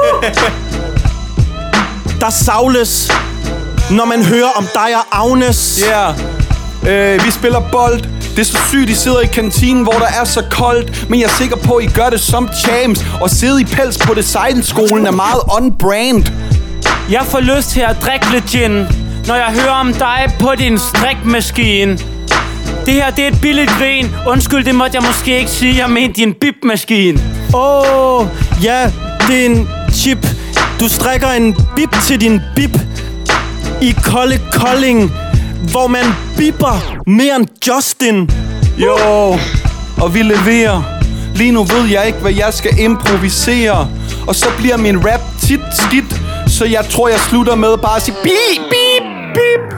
Der savles, når man hører om dig og Agnes. Ja, yeah. øh, vi spiller bold. Det er så sygt, I sidder i kantinen, hvor der er så koldt. Men jeg er sikker på, at I gør det som champs. Og sidde i pels på designskolen er meget on-brand. Jeg får lyst til at drikke lidt gin, når jeg hører om dig på din strikmaskine. Det her, det er et billigt grin. Undskyld, det måtte jeg måske ikke sige. Jeg mente din bip-maskine. Åh, oh, ja, det er en chip. Du strikker en bip til din bip i kolde Kolding, hvor man bipper mere end Justin. Jo, og vi leverer. Lige nu ved jeg ikke, hvad jeg skal improvisere. Og så bliver min rap tit skidt. Så jeg tror, jeg slutter med bare at sige bip, bip, bip.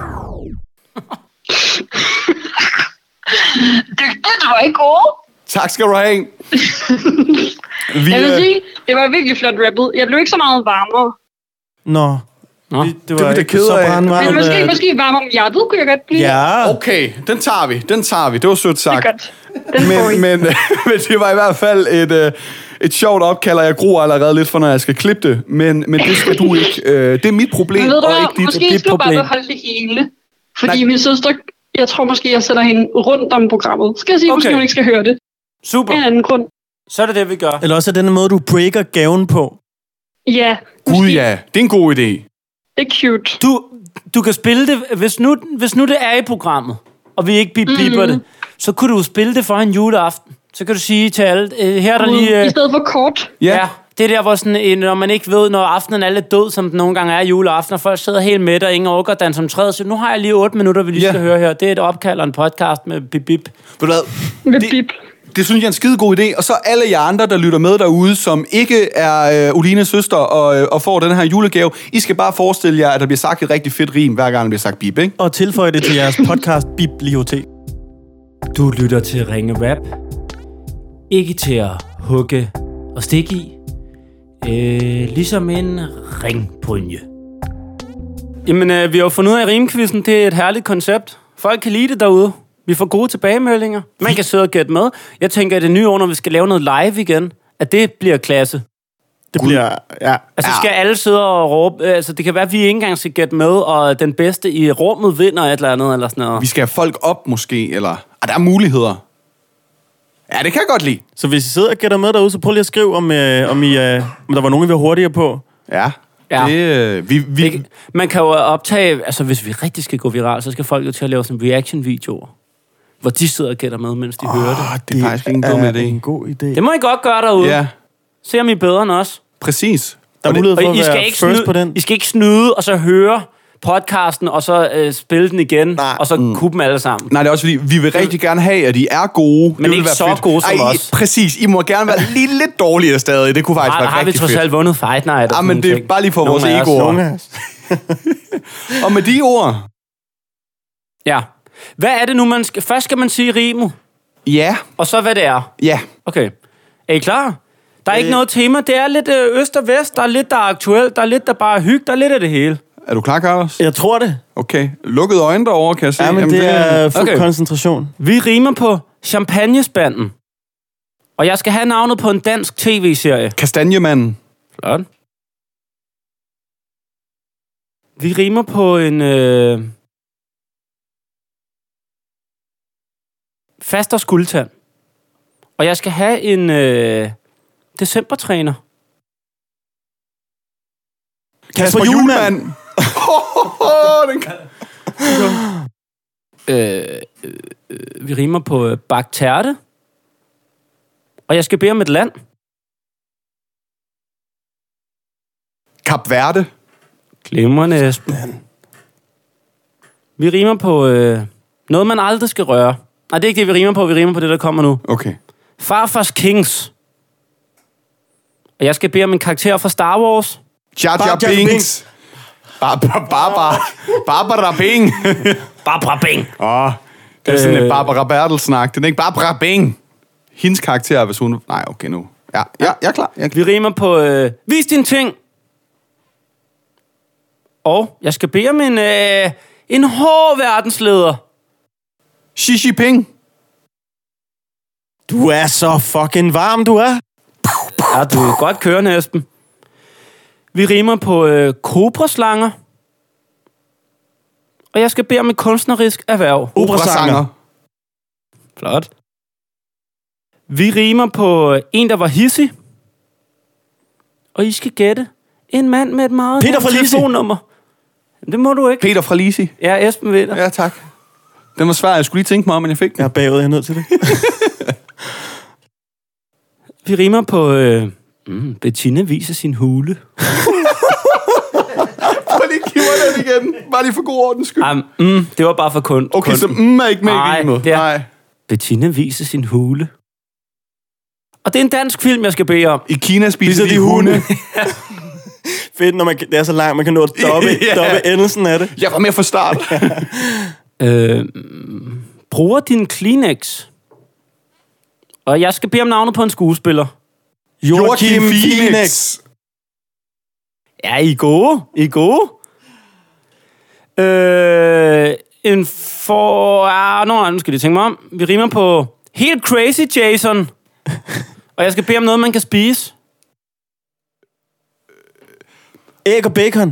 Det, det var ikke god. Tak skal du have. Vi, jeg vil sige, det var virkelig flot rappet. Jeg blev ikke så meget varmere. Nå. Nå. Vi, det var var det ikke så brandvarmt. Men måske, måske varmere om hjertet, kunne jeg godt blive. Ja. Okay, den tager vi. Den tager vi. Det var sødt sagt. Det er godt. Den får I. Men, men, men det var i hvert fald et, et sjovt opkald, og jeg gruer allerede lidt for, når jeg skal klippe det. Men, men det skal du ikke. Det er mit problem, men ved du og hvad? ikke dit, måske dit skal problem. du bare beholde det hele. Fordi min søster, jeg tror måske, jeg sætter hende rundt om programmet. Skal jeg sige, okay. Måske hun ikke skal høre det. Super. En anden grund. Så er det det, vi gør. Eller også er den måde, du breaker gaven på. Ja. Gud ja, det er en god idé. Det er cute. Du, du kan spille det, hvis nu, hvis nu det er i programmet, og vi ikke bipper mm-hmm. det, så kunne du spille det for en juleaften. Så kan du sige til alle, øh, her er der lige... Øh, I stedet for kort. Ja. ja, det er der, hvor sådan, øh, når man ikke ved, når aftenen er lidt død, som den nogle gange er juleaften, og folk sidder helt med, og ingen overgår dans som træet, så nu har jeg lige otte minutter, vi lige yeah. skal høre her. Det er et opkald og en podcast med bip bip. Ved du hvad? Med det, bip. Det synes jeg er en skide god idé. Og så alle jer andre, der lytter med derude, som ikke er øh, Olines søster og, øh, og får den her julegave, I skal bare forestille jer, at der bliver sagt et rigtig fedt rim, hver gang der bliver sagt bip, ikke? Og tilføje det til jeres podcast Bibliotek. Du lytter til Ringe Rap. Ikke til at hugge og stikke i. Øh, ligesom en ringpunje. Jamen, øh, vi har jo fundet ud af, at rimquizzen, det er et herligt koncept. Folk kan lide det derude. Vi får gode tilbagemeldinger. Man kan sidde og gætte med. Jeg tænker, at det nye år, når vi skal lave noget live igen, at det bliver klasse. Det bliver, ja. Altså, skal alle sidde og råbe... Altså, det kan være, at vi ikke engang skal gætte med, og den bedste i rummet vinder et eller andet, eller sådan noget. Vi skal have folk op, måske, eller... Ah, der er muligheder. Ja, det kan jeg godt lide. Så hvis I sidder og gætter med derude, så prøv lige at skrive, om, øh, om, I, øh, om der var nogen, vi var hurtigere på. Ja. Ja. Det, øh, vi, vi... Det, man kan jo optage... Altså, hvis vi rigtig skal gå viral, så skal folk jo til at lave sådan reaction-videoer, hvor de sidder og gætter med, mens de oh, hører det. Det er faktisk ikke en dum idé. en god idé. Det må I godt gøre derude. Ja. Se om I er bedre end os. Præcis. Der er mulighed for og I at skal være ikke first snyde, på den. I skal ikke snyde, og så høre podcasten, og så øh, spille den igen, Nej. og så mm. kunne dem alle sammen. Nej, det er også fordi, vi vil rigtig gerne have, at I er gode. Men ikke så fedt. Gode som Ej, os. Præcis. I må gerne være lige lidt dårligere stadig. Det kunne faktisk har, være har rigtig fedt. Har vi trods alt vundet Fight Night? Ja, men det er ting. Bare lige for Nogle vores egoer. Og med de ord... Ja. Hvad er det nu, man skal... Først skal man sige rimet. Ja. Og så hvad det er. Ja. Okay. Er I klar? Der er øh. ikke noget tema. Det er lidt øh, øst og vest. Der er lidt, der er aktuelt. Der er lidt, der bare er hygge. Der er lidt af det hele. Er du klar, Carlos? Jeg tror det. Okay. Lukkede øjne derovre, kan jeg se. Ja, men Jamen, det er fuld okay. koncentration. Vi rimer på champagnespanden. Og jeg skal have navnet på en dansk tv-serie. Kastanjemanden. Flot. Vi rimer på en... Øh... Faster skuldtand. Og jeg skal have en... Øh... decembertræner. Kasper Hjulmand. Den kan... øh, øh, vi rimer på øh, baktærte. Og jeg skal bede om et land. Kap Verde. Glimrende, Esben. Vi rimer på øh, noget, man aldrig skal røre. Nej, det er ikke det, vi rimer på. Vi rimer på det, der kommer nu. Okay. Farfars Kings. Og jeg skal bede om en karakter fra Star Wars. Jar Jar Binks. Barbara, Barbara, Barbara Bing. Barbara Bing. Åh, det er sådan øh... en Barbara Bertel-snak. Den er ikke Barbara Bing. Hendes karakter, hvis hun... Nej, okay, nu. Ja, ja jeg er klar. Jeg er klar. Vi rimer på, øh, vis dine ting. Og jeg skal bede om en, øh, en hård verdensleder. Xi Jinping. Du er så fucking varm, du er. Ja, du er godt kørende, Esben. Vi rimer på øh, kobraslanger. Og jeg skal bede om et kunstnerisk erhverv. Operasanger. Flot. Vi rimer på øh, en, der var hissig. Og I skal gætte en mand med et meget Peter fra Lisi. telefonnummer. Det må du ikke. Peter fra Lisi. Ja, Esben ved det. Ja, tak. Den var svær. Jeg skulle lige tænke mig om, men jeg fik den. Jeg er bagud, jeg er nødt til det. Vi rimer på... Øh, mm, Bettina viser sin hule. Prøv lige at give mig den igen. Bare lige for god ordens skyld. Um, mm, det var bare for kun. Okay, kun. så mm er ikke med Nej, i rimet. det er- Nej. Bettina viser sin hule. Og det er en dansk film, jeg skal bede om. I Kina spiser Spiser de, de hunde. hunde. Fedt, når man, det er så langt, man kan nå at doppe, Ja. doppe endelsen af det. Jeg var med fra start. Øh, bruger din Kleenex. Og jeg skal bede om navnet på en skuespiller. Joachim Phoenix. Ja, I er gode. I er gode. Øh, en for... Ah, nå, nu skal jeg tænke mig om. Vi rimer på helt crazy Jason. Og jeg skal bede om noget, man kan spise. Æg og bacon.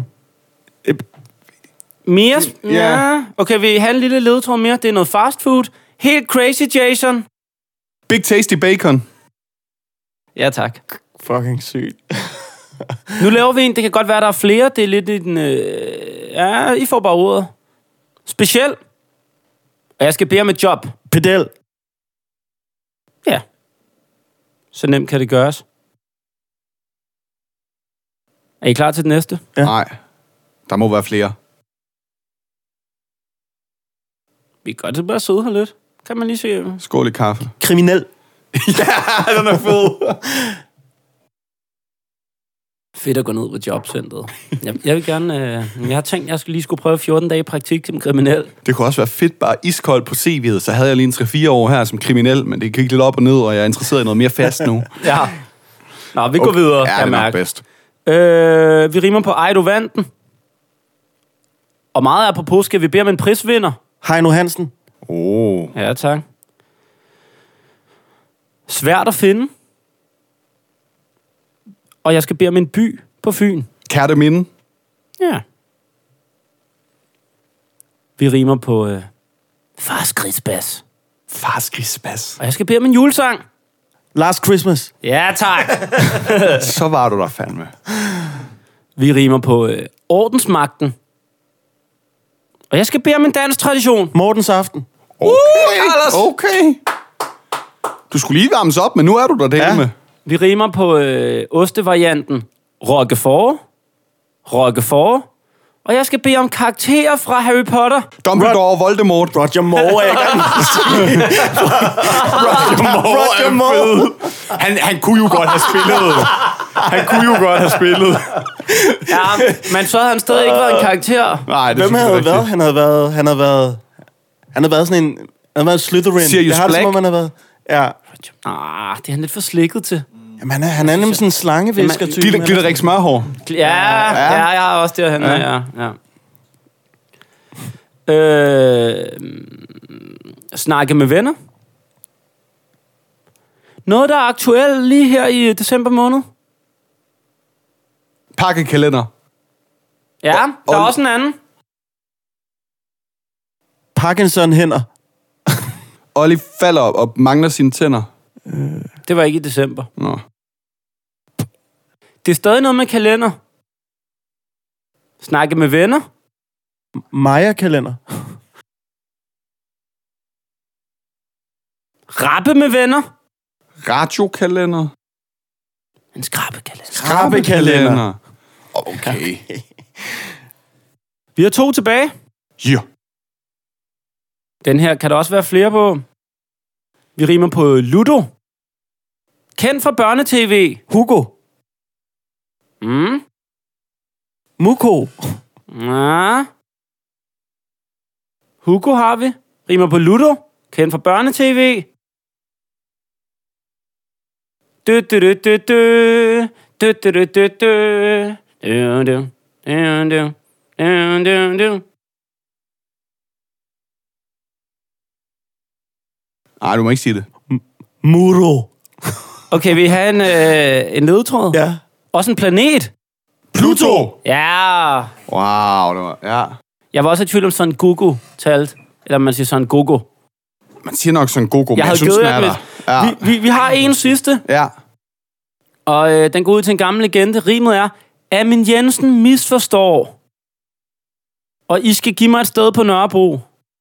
Mere? Ja. Ja. Okay, vi har en lille ledetråd mere. Det er noget fast food. Helt crazy Jason. Big Tasty Bacon. Ja, tak. Fucking sygt. Nu laver vi en. Det kan godt være, der er flere. Det er lidt i den... Øh... Ja, I får bare ordet. Speciel. Og jeg skal bede om et job. Pedel. Ja. Så nemt kan det gøres. Er I klar til det næste? Ja. Nej. Der må være flere. Vi kan godt bare sidde her lidt. Kan man lige se. Skål i kaffe. Kriminel. Ja, den er fed. Fedt at gå ned på jobcentret. Jeg, jeg vil gerne... Øh, jeg har tænkt, jeg skulle lige skulle prøve fjorten dage i praktik som kriminel. Det kunne også være fedt bare iskoldt på C V'et. Så havde jeg lige en tre fire år her som kriminel, men det gik lidt op og ned, og jeg er interesseret i noget mere fast nu. Ja. Nå, vi går Okay. videre. Ja, jeg det er nok mærker. bedst. Øh, vi rimer på Ej, du vandt den. Og meget apropos skal vi bede om en prisvinder. Heino Hansen. Oh. Ja, tak. Svært at finde. Og jeg skal bede om en by på Fyn. Kærteminde. Ja. Vi rimer på øh, Fars Grisbas. Fars Grisbas. Og jeg skal bede om en julesang. Last Christmas. Ja, tak. Så var du der fandme. Vi rimer på øh, Ordensmagten. Og jeg skal bede om en dansk tradition. Mortens aften. Okay, okay. Du skulle lige varmes op, men nu er du der, det Ja. med. Vi rimer på øh, ostevarianten Roquefort. Roquefort. Og jeg skal bede om karakterer fra Harry Potter. Dumbledore og Voldemort. Roger Moore, jeg kan Roger Moore. Han, han kunne jo godt have spillet. Han kunne jo godt have spillet. Ja, men så havde han stadig ikke været en karakter. Nej, det er Hvem havde selvfølgelig været? Han havde været... Han havde været... Han havde været sådan en... Han havde været Slytherin. Sirius Jeg har det, som Black? om han har været... Ja. Ah, det er han lidt for slikket til. Jamen, han er, han er nemlig sådan en slangevisker-type. Glitter, glitterik smørhår. Ja, ja, ja, jeg er også derhen. Ja. Ja, ja. Øh, snakke med venner. Noget, der er aktuelt lige her i december måned. Pakkekalender. Ja, der er også en anden. Parkinson-hænder. Olli falder op og mangler sine tænder. Det var ikke i december. Nå. Det er stadig noget med kalender. Snakke med venner. Maja-kalender. Rappe med venner. Radiokalender. En skrabekalender. Skrabekalender. Okay. Vi har to tilbage. Ja. Den her kan der også være flere på. Vi rimer på Ludo. Kendt fra børnetv. Hugo. Mm. Muko. Ja. Hugo har vi. Rimer på Ludo. Kendt fra børnetv. Dø, dø, dø, dø, dø. Dø, dø, dø, dø, dø. Dø, dø, dø, dø. Dø, dø, dø. Nej, du må ikke sige det. Muro. Okay, vi har en, øh, en ledetråd. Ja. Også en planet. Pluto! Ja. Wow, det var... Ja. Jeg var også i tvivl om sådan Gogo talt. Eller man siger sådan Gogo. Man siger nok sådan Gogo, men Jeg jeg, havde synes, givet den er jer der. Ja. Vi, vi, vi har en sidste. Ja. Og øh, den går ud til en gammel legende. Rimet er, Amin Jensen misforstår. Og I skal give mig et sted på Nørrebro.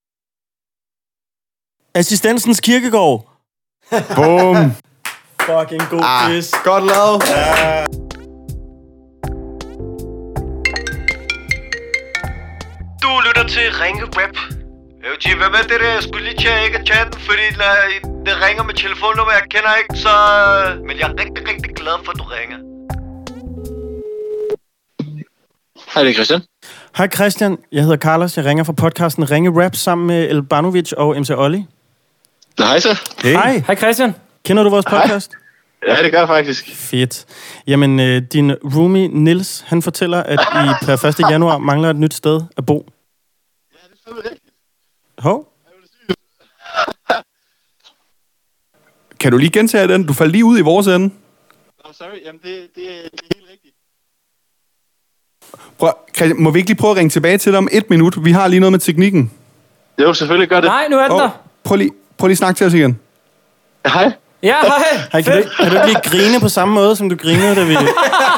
Assistensens Kirkegård. Boom. Fucking god Ah, quiz. godt lavet. Ja. Du lytter til Ringe Rap. Jeg vil sige, hvad med det der? Jeg skulle lige tjekke chatten, fordi når det ringer med telefonnummer, jeg kender ikke, så... Men jeg er rigtig, rigtig glad for, at du ringer. Hej, det er Christian. Hej Christian, jeg hedder Carlos. Jeg ringer fra podcasten Ringe Rap sammen med Elbanovic og M C Olli. Hej så. Hey. Hej. Hej Christian. Kender du vores podcast? Ja, det gør jeg faktisk. Fedt. Jamen, øh, din roomie Nils, han fortæller, at I per første januar mangler et nyt sted at bo. Ja, det er selvfølgelig rigtigt. Hov? Kan du lige gentage den? Du faldt lige ud i vores ende. Oh, sorry, jamen det, det, det er helt rigtigt. Prøv, Christian, må vi ikke lige prøve at ringe tilbage til dig om et minut? Vi har lige noget med teknikken. Jo, selvfølgelig gør det. Nej, nu er den Oh, der. prøv lige, prøv lige at snakke til os igen. Hej. Ja, hej. Hej, kan, du, ikke- kan du ikke lige grine på samme måde, som du grinede, da vi... Ja,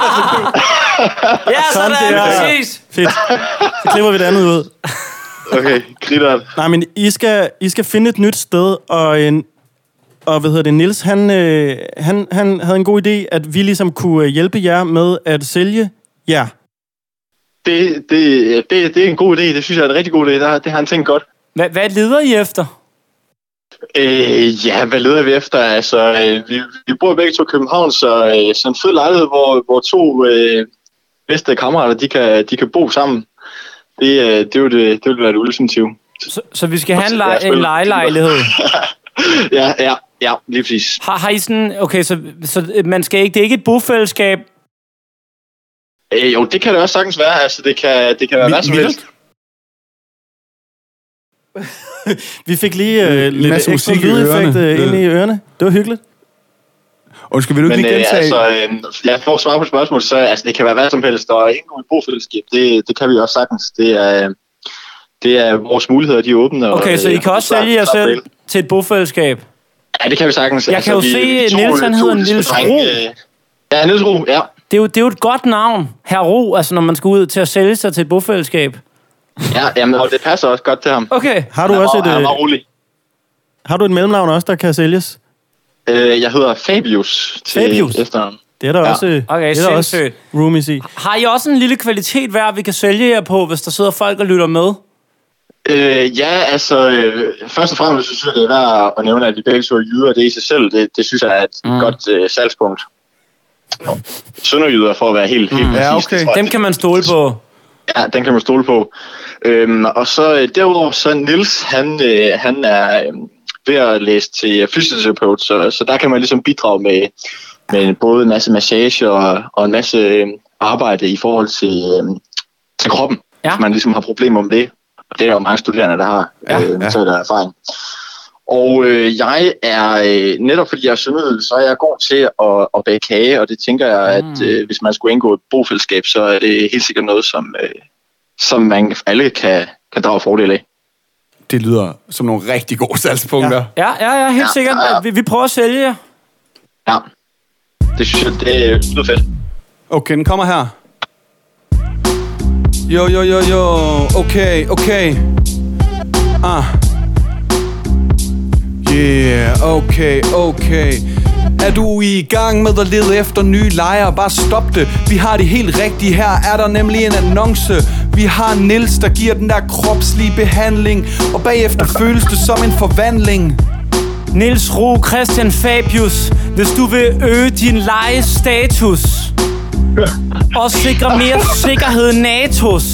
sådan, Sådan der. præcis. Fedt. Så klipper vi det andet ud. Okay, griner. Nej, men I skal, I skal finde et nyt sted, og en... Og hvad hedder det, Niels, han, øh, han, han havde en god idé, at vi ligesom kunne hjælpe jer med at sælge jer. Det, det, det, det er en god idé. Det synes jeg er en rigtig god idé. Det har, det har han tænkt godt. Hvad, hvad leder I efter? Øh, ja, hvad leder vi efter? Altså, øh, vi, vi bor begge to i København, så, øh, så en fed lejlighed, hvor, hvor to øh, bedste kammerater, de kan, de kan bo sammen. Det, øh, det er jo det, det, vil være det ultimative. Så, så vi skal have en, lej, en lejelejlighed. ja, ja, ja, lige præcis. Har, har I sådan... Okay, så, så man skal ikke... Det er ikke et bofællesskab. Øh, jo, det kan det også sagtens være. Altså, det kan, det kan være Mi- hvad som Mildt? helst. Vi fik lige øh, lidt masse ekstra musik i lydeffekt ørerne. øh, ind i ørerne. Det var hyggeligt. Undskyld, vil du ikke Men lige øh, gentage? altså, øh, jeg får svar på spørgsmål, så altså, det kan være hvad som helst, og indgå i bofællesskab, det, det kan vi også sagtens. Det er, det er vores muligheder, de er åbne. Okay, og, så I øh, kan også klart- sælge jer klart selv vel. til et bofællesskab? Ja, det kan vi sagtens. Jeg kan jo se, Niels, han hedder Niels Ro. Ja, Niels Ro, ja. Det er, jo, det er jo et godt navn, Herr Ro, altså når man skal ud til at sælge sig til et bofællesskab. Ja, jamen, og det passer også godt til ham. Okay. Har du Han er også meget- et, han er øh, meget rolig. har du et mellemnavn også, der kan sælges? Øh, jeg hedder Fabius til Fabius? efternavn. Det er der Ja. også, øh, Okay, det er der også sindssygt. roomies i. Har I også en lille kvalitet hver, vi kan sælge jer på, hvis der sidder folk og lytter med? Øh, ja, altså, øh, først og fremmest så synes jeg, det er værd at nævne, at vi begge to er jyder, det i sig selv, det, det synes jeg er et mm. godt øh, salgspunkt. Sønderjyder, for at være helt, helt Mm. præcis. Ja, det okay. tror jeg, Dem kan man stole på. Ja, den kan man stole på. Øhm, og så øh, derudover, så Niels, han, øh, han er øh, ved at læse til fysioterapeut, så, så der kan man ligesom bidrage med, med både en masse massage og, og en masse øh, arbejde i forhold til, øh, til kroppen. Ja. Hvis man ligesom har problemer med det. Og det er der jo mange studerende, der har Ja, øh, ja. så er der erfaring. Og øh, jeg er, øh, netop fordi jeg er sønderjyde, så er jeg god til at, at bage kage, og det tænker jeg, at øh, hvis man skulle indgå et bofællesskab, så er det helt sikkert noget, som, øh, som man alle kan, kan drage fordel af. Det lyder som nogle rigtig gode salgspunkter. Ja, ja, ja, helt Ja, sikkert. ja, ja. Vi, vi prøver at sælge jer. Ja, det synes jeg, det er lyder fedt. Okay, den kommer her. Jo, jo, jo, jo. Okay, okay. Ah. Yeah, okay, okay. Er du i gang med at lede efter nye lejre? Bare stop det. Vi har det helt rigtige. Her er der nemlig en annonce. Vi har Niels, der giver den der kropslige behandling, og bagefter føles det som en forvandling. Niels Ro, Christian Fabius, hvis du vil øge din lejestatus og sikre mere sikkerhed natos,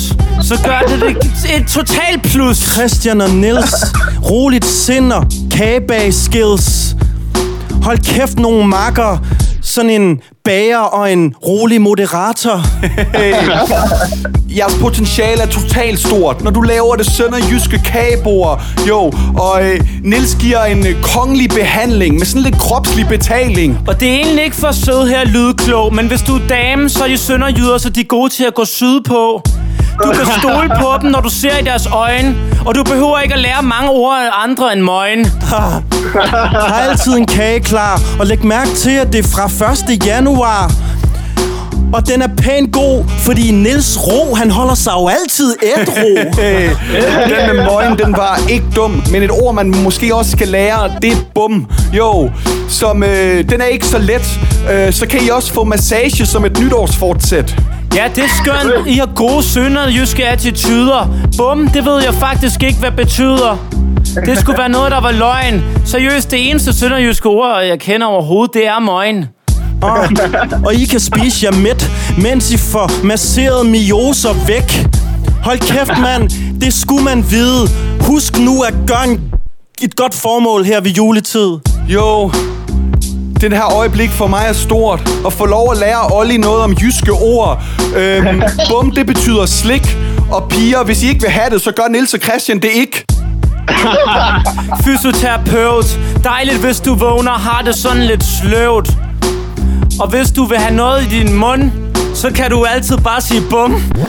så gør det det et total plus. Christian og Niels, roligt sind og kagebag skills. Hold kæft, nogle makker. Sådan en bager og en rolig moderator. Hey. Jeres potentiale er totalt stort, når du laver det sønderjyske kagebord. Jo, og øh, Niels giver en øh, kongelig behandling med sådan lidt kropslig betaling. Og det er egentlig ikke for sød her lydklog, men hvis du er dame, så er de sønderjyder, så de er gode til at gå sydpå. Du kan stole på dem, når du ser i deres øjne, og du behøver ikke at lære mange ord af andre end møgen. Har altid en kage klar, og læg mærke til, at det er fra første januar. Og den er pænt god, fordi Niels Ro, han holder sig jo altid ædru. Hey, den med møgen, den var ikke dum, men et ord, man måske også skal lære, det er bum. Jo, som øh, den er ikke så let, øh, så kan I også få massage som et nytårsfortsæt. Ja, det er skønt. I har gode sønderjyske attituder. Bum, det ved jeg faktisk ikke, hvad betyder. Det skulle være noget, der var løgn. Seriøst, det eneste sønderjyske ord, jeg kender overhovedet, det er møgen. Og, og I kan spise jer midt, mens I får masseret mioser væk. Hold kæft, mand. Det skulle man vide. Husk nu at gøre en, et godt formål her ved juletid. Jo, den her øjeblik for mig er stort. At få lov at lære Olli noget om jyske ord. Øhm, bum, det betyder slik. Og piger, hvis I ikke vil have det, så gør Niels og Christian det ikke. Fysioterapeut. Dejligt, hvis du vågner og har det sådan lidt sløvt. Og hvis du vil have noget i din mund, så kan du altid bare sige bum.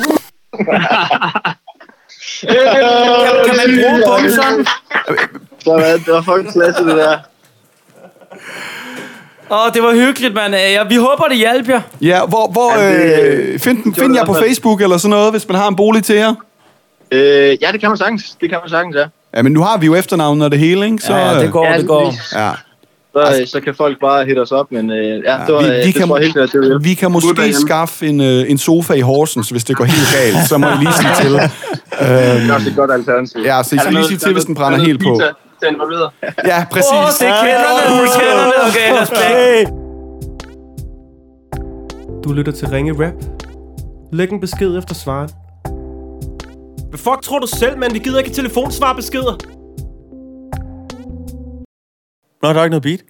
kan, kan man bruge bum sådan? Det var fucking klasse, det der. Åh, oh, det var hyggeligt, mand. Ja, vi håber, det hjælper jer. Ja, hvor, hvor øh, find, find jer på Facebook eller sådan noget, hvis man har en bolig til jer? Øh, ja, det kan man sagtens. Det kan man sagtens, ja. Ja, men nu har vi jo efternavnet og det hele, ikke? Så, ja, det går, ja, det går. Ja. Så, altså, så kan folk bare hitte os op, men øh, ja, ja, det var, vi, vi det kan, tror helt klart, det vil Vi kan måske derhjemme. skaffe en, øh, en sofa i Horsens, hvis det går helt galt. Så må I lige sige til. Det er også et godt alternativ. Ja, så I skal lige sige til, hvis den brænder helt på. Ja, præcis. Åh, oh, det kender det, det kender det. Okay, respekt. Du lytter til Ringe Rap. Læg en besked efter svaren. Hvad fuck tror du selv, mand? Vi gider ikke telefonsvarbeskeder. Nå, der er ikke noget beat.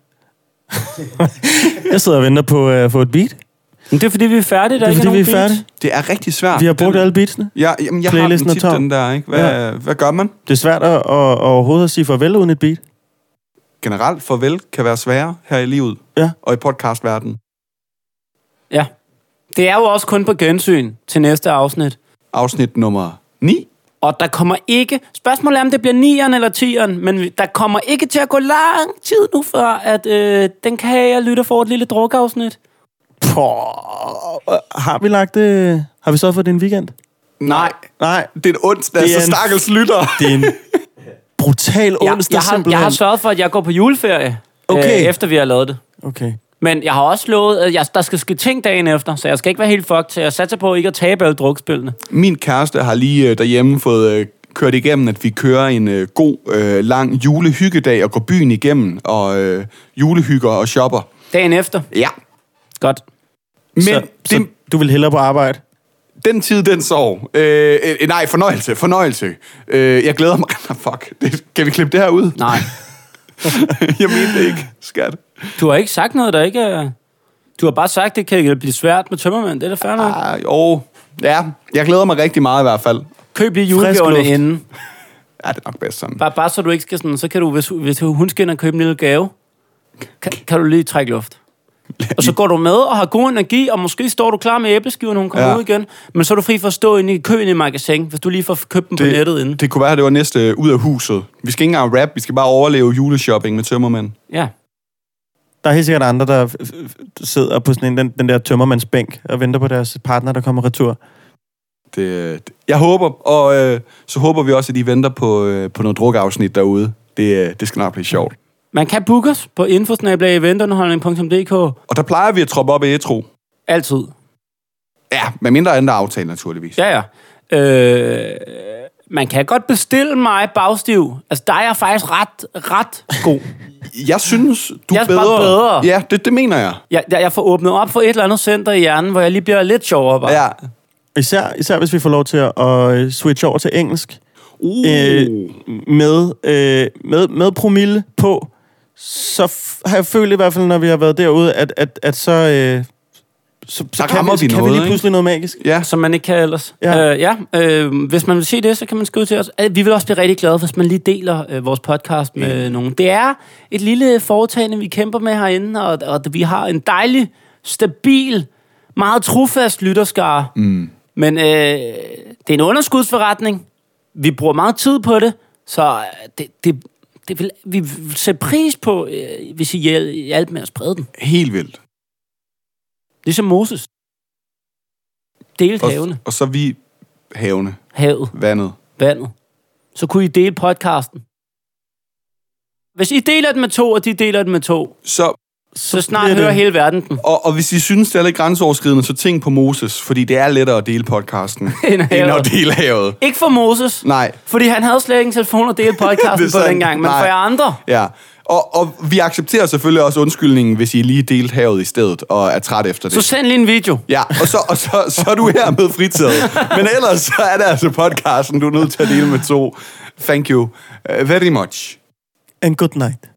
Jeg sidder og venter på at uh, få et beat. Men det er fordi, vi er færdige. Der det er ikke fordi, er vi er nogen færdige. Det er rigtig svært. Vi har brugt den... alle beatsene. Ja, jamen, jeg har den tit, den der, ikke? Hvad, ja. hvad gør man? Det er svært at, at, at overhovedet at sige farvel uden et beat. Generelt farvel kan være sværere her i livet. Ja. Og i podcastverdenen. Ja. Det er jo også kun på gensyn til næste afsnit. Afsnit nummer ni. Og der kommer ikke... Spørgsmålet er, om det bliver nieren eller tieren, men der kommer ikke til at gå lang tid nu, før at øh, den kan jeg lytte for et lille drukafsnit. Påh, har vi lagt det... Har vi så fået det en weekend? Nej. Nej. Det er en onsdag, det er så stakkels lytter. Det er en brutal onsdag, jeg, jeg, har, jeg har sørget for, at jeg går på juleferie, okay. øh, efter vi har lavet det. Okay. Men jeg har også lovet, at jeg, der skal ske ting dagen efter, så jeg skal ikke være helt fucked, så jeg satser på ikke at tabe alle drukspillene. Min kæreste har lige øh, derhjemme fået øh, kørt igennem, at vi kører en øh, god, øh, lang julehyggedag og går byen igennem og øh, julehygger og shopper. Dagen efter? Ja. Godt. Men så, det, så du vil hellere på arbejde? Den tid, den sov. Øh, øh, nej, fornøjelse, fornøjelse. Øh, jeg glæder mig. Fuck, det, kan vi klippe det her ud? Nej. Jeg mener det ikke, skat. Du har ikke sagt noget, der ikke er... Du har bare sagt, at det kan blive svært med tømmermænd. Det er da fair nok. Ah, jo, ja. Jeg glæder mig rigtig meget i hvert fald. Køb lige julegaverne inden. Ja, det er nok bedst sådan. Bare, bare så du ikke skal sådan... Så kan du, hvis, hvis hun skal ind og købe en lille gave, kan, kan du lige trække luft. Og så går du med og har god energi, og måske står du klar med æbleskiver, når hun kommer ja. ud igen. Men så er du fri for at stå inde i køen i magasin, hvis du lige får købt dem det, på nettet inden. Det kunne være, at det var næste ud af huset. Vi skal ikke engang rap, vi skal bare overleve juleshopping med tømmermænd. Ja. Der er helt sikkert andre, der f- f- sidder på sådan en, den, den der tømmermandsbænk og venter på deres partner, der kommer retur. Det, det, jeg håber, og øh, så håber vi også, at de venter på, øh, på noget drukafsnit derude. Det, det skal nok blive sjovt. Man kan booke os på info snabel-a eventunderholdning punktum d k. Og der plejer vi at troppe op i etro. Altid. Ja, med mindre andre aftale naturligvis. Ja, ja. Øh, man kan godt bestille mig bagstiv. Altså, der er jeg faktisk ret, ret god. Jeg synes, du jeg er bedre. bedre. Ja, det, det mener jeg. jeg. Jeg får åbnet op for et eller andet center i hjernen, hvor jeg lige bliver lidt sjovere bare. Ja. Især, især hvis vi får lov til at, at switche over til engelsk. Uh. Øh, med, øh, med, med promille på, så f- har jeg følt i hvert fald, når vi har været derude, at, at, at så... Øh, Så, så kan, vi, vi, kan noget, vi lige pludselig noget magisk. Ja. Som man ikke kan ellers. Ja. Øh, ja øh, hvis man vil se det, så kan man skrive til os. Vi vil også blive rigtig glade, hvis man lige deler øh, vores podcast med mm. nogen. Det er et lille foretagende, vi kæmper med herinde, og, og vi har en dejlig, stabil, meget trofast lytterskare. Mm. Men øh, det er en underskudsforretning. Vi bruger meget tid på det, så det, det, det vil, vi vil sætte pris på, øh, hvis I hjælper med at sprede den. Helt vildt. Ligesom Moses. Delt Og, havene. og så vi havene. Havet. Vandet. Vandet. Så kunne I dele podcasten. Hvis I deler den med to, og de deler den med to, så, så snart hører hele verden den. Og, og hvis I synes, det er lidt grænseoverskridende, så tænk på Moses, fordi det er lettere at dele podcasten, end at dele havet. Ikke for Moses. Nej. Fordi han havde slet ikke en telefon at dele podcasten på dengang, men Nej. for jer andre. Ja. Og, og vi accepterer selvfølgelig også undskyldningen, hvis I lige delte havet i stedet, og er træt efter det. Så send lige en video. Ja, og så, og så, så er du her med fritaget. Men ellers så er det altså podcasten, du er nødt til at dele med to. Thank you uh, very much. And good night.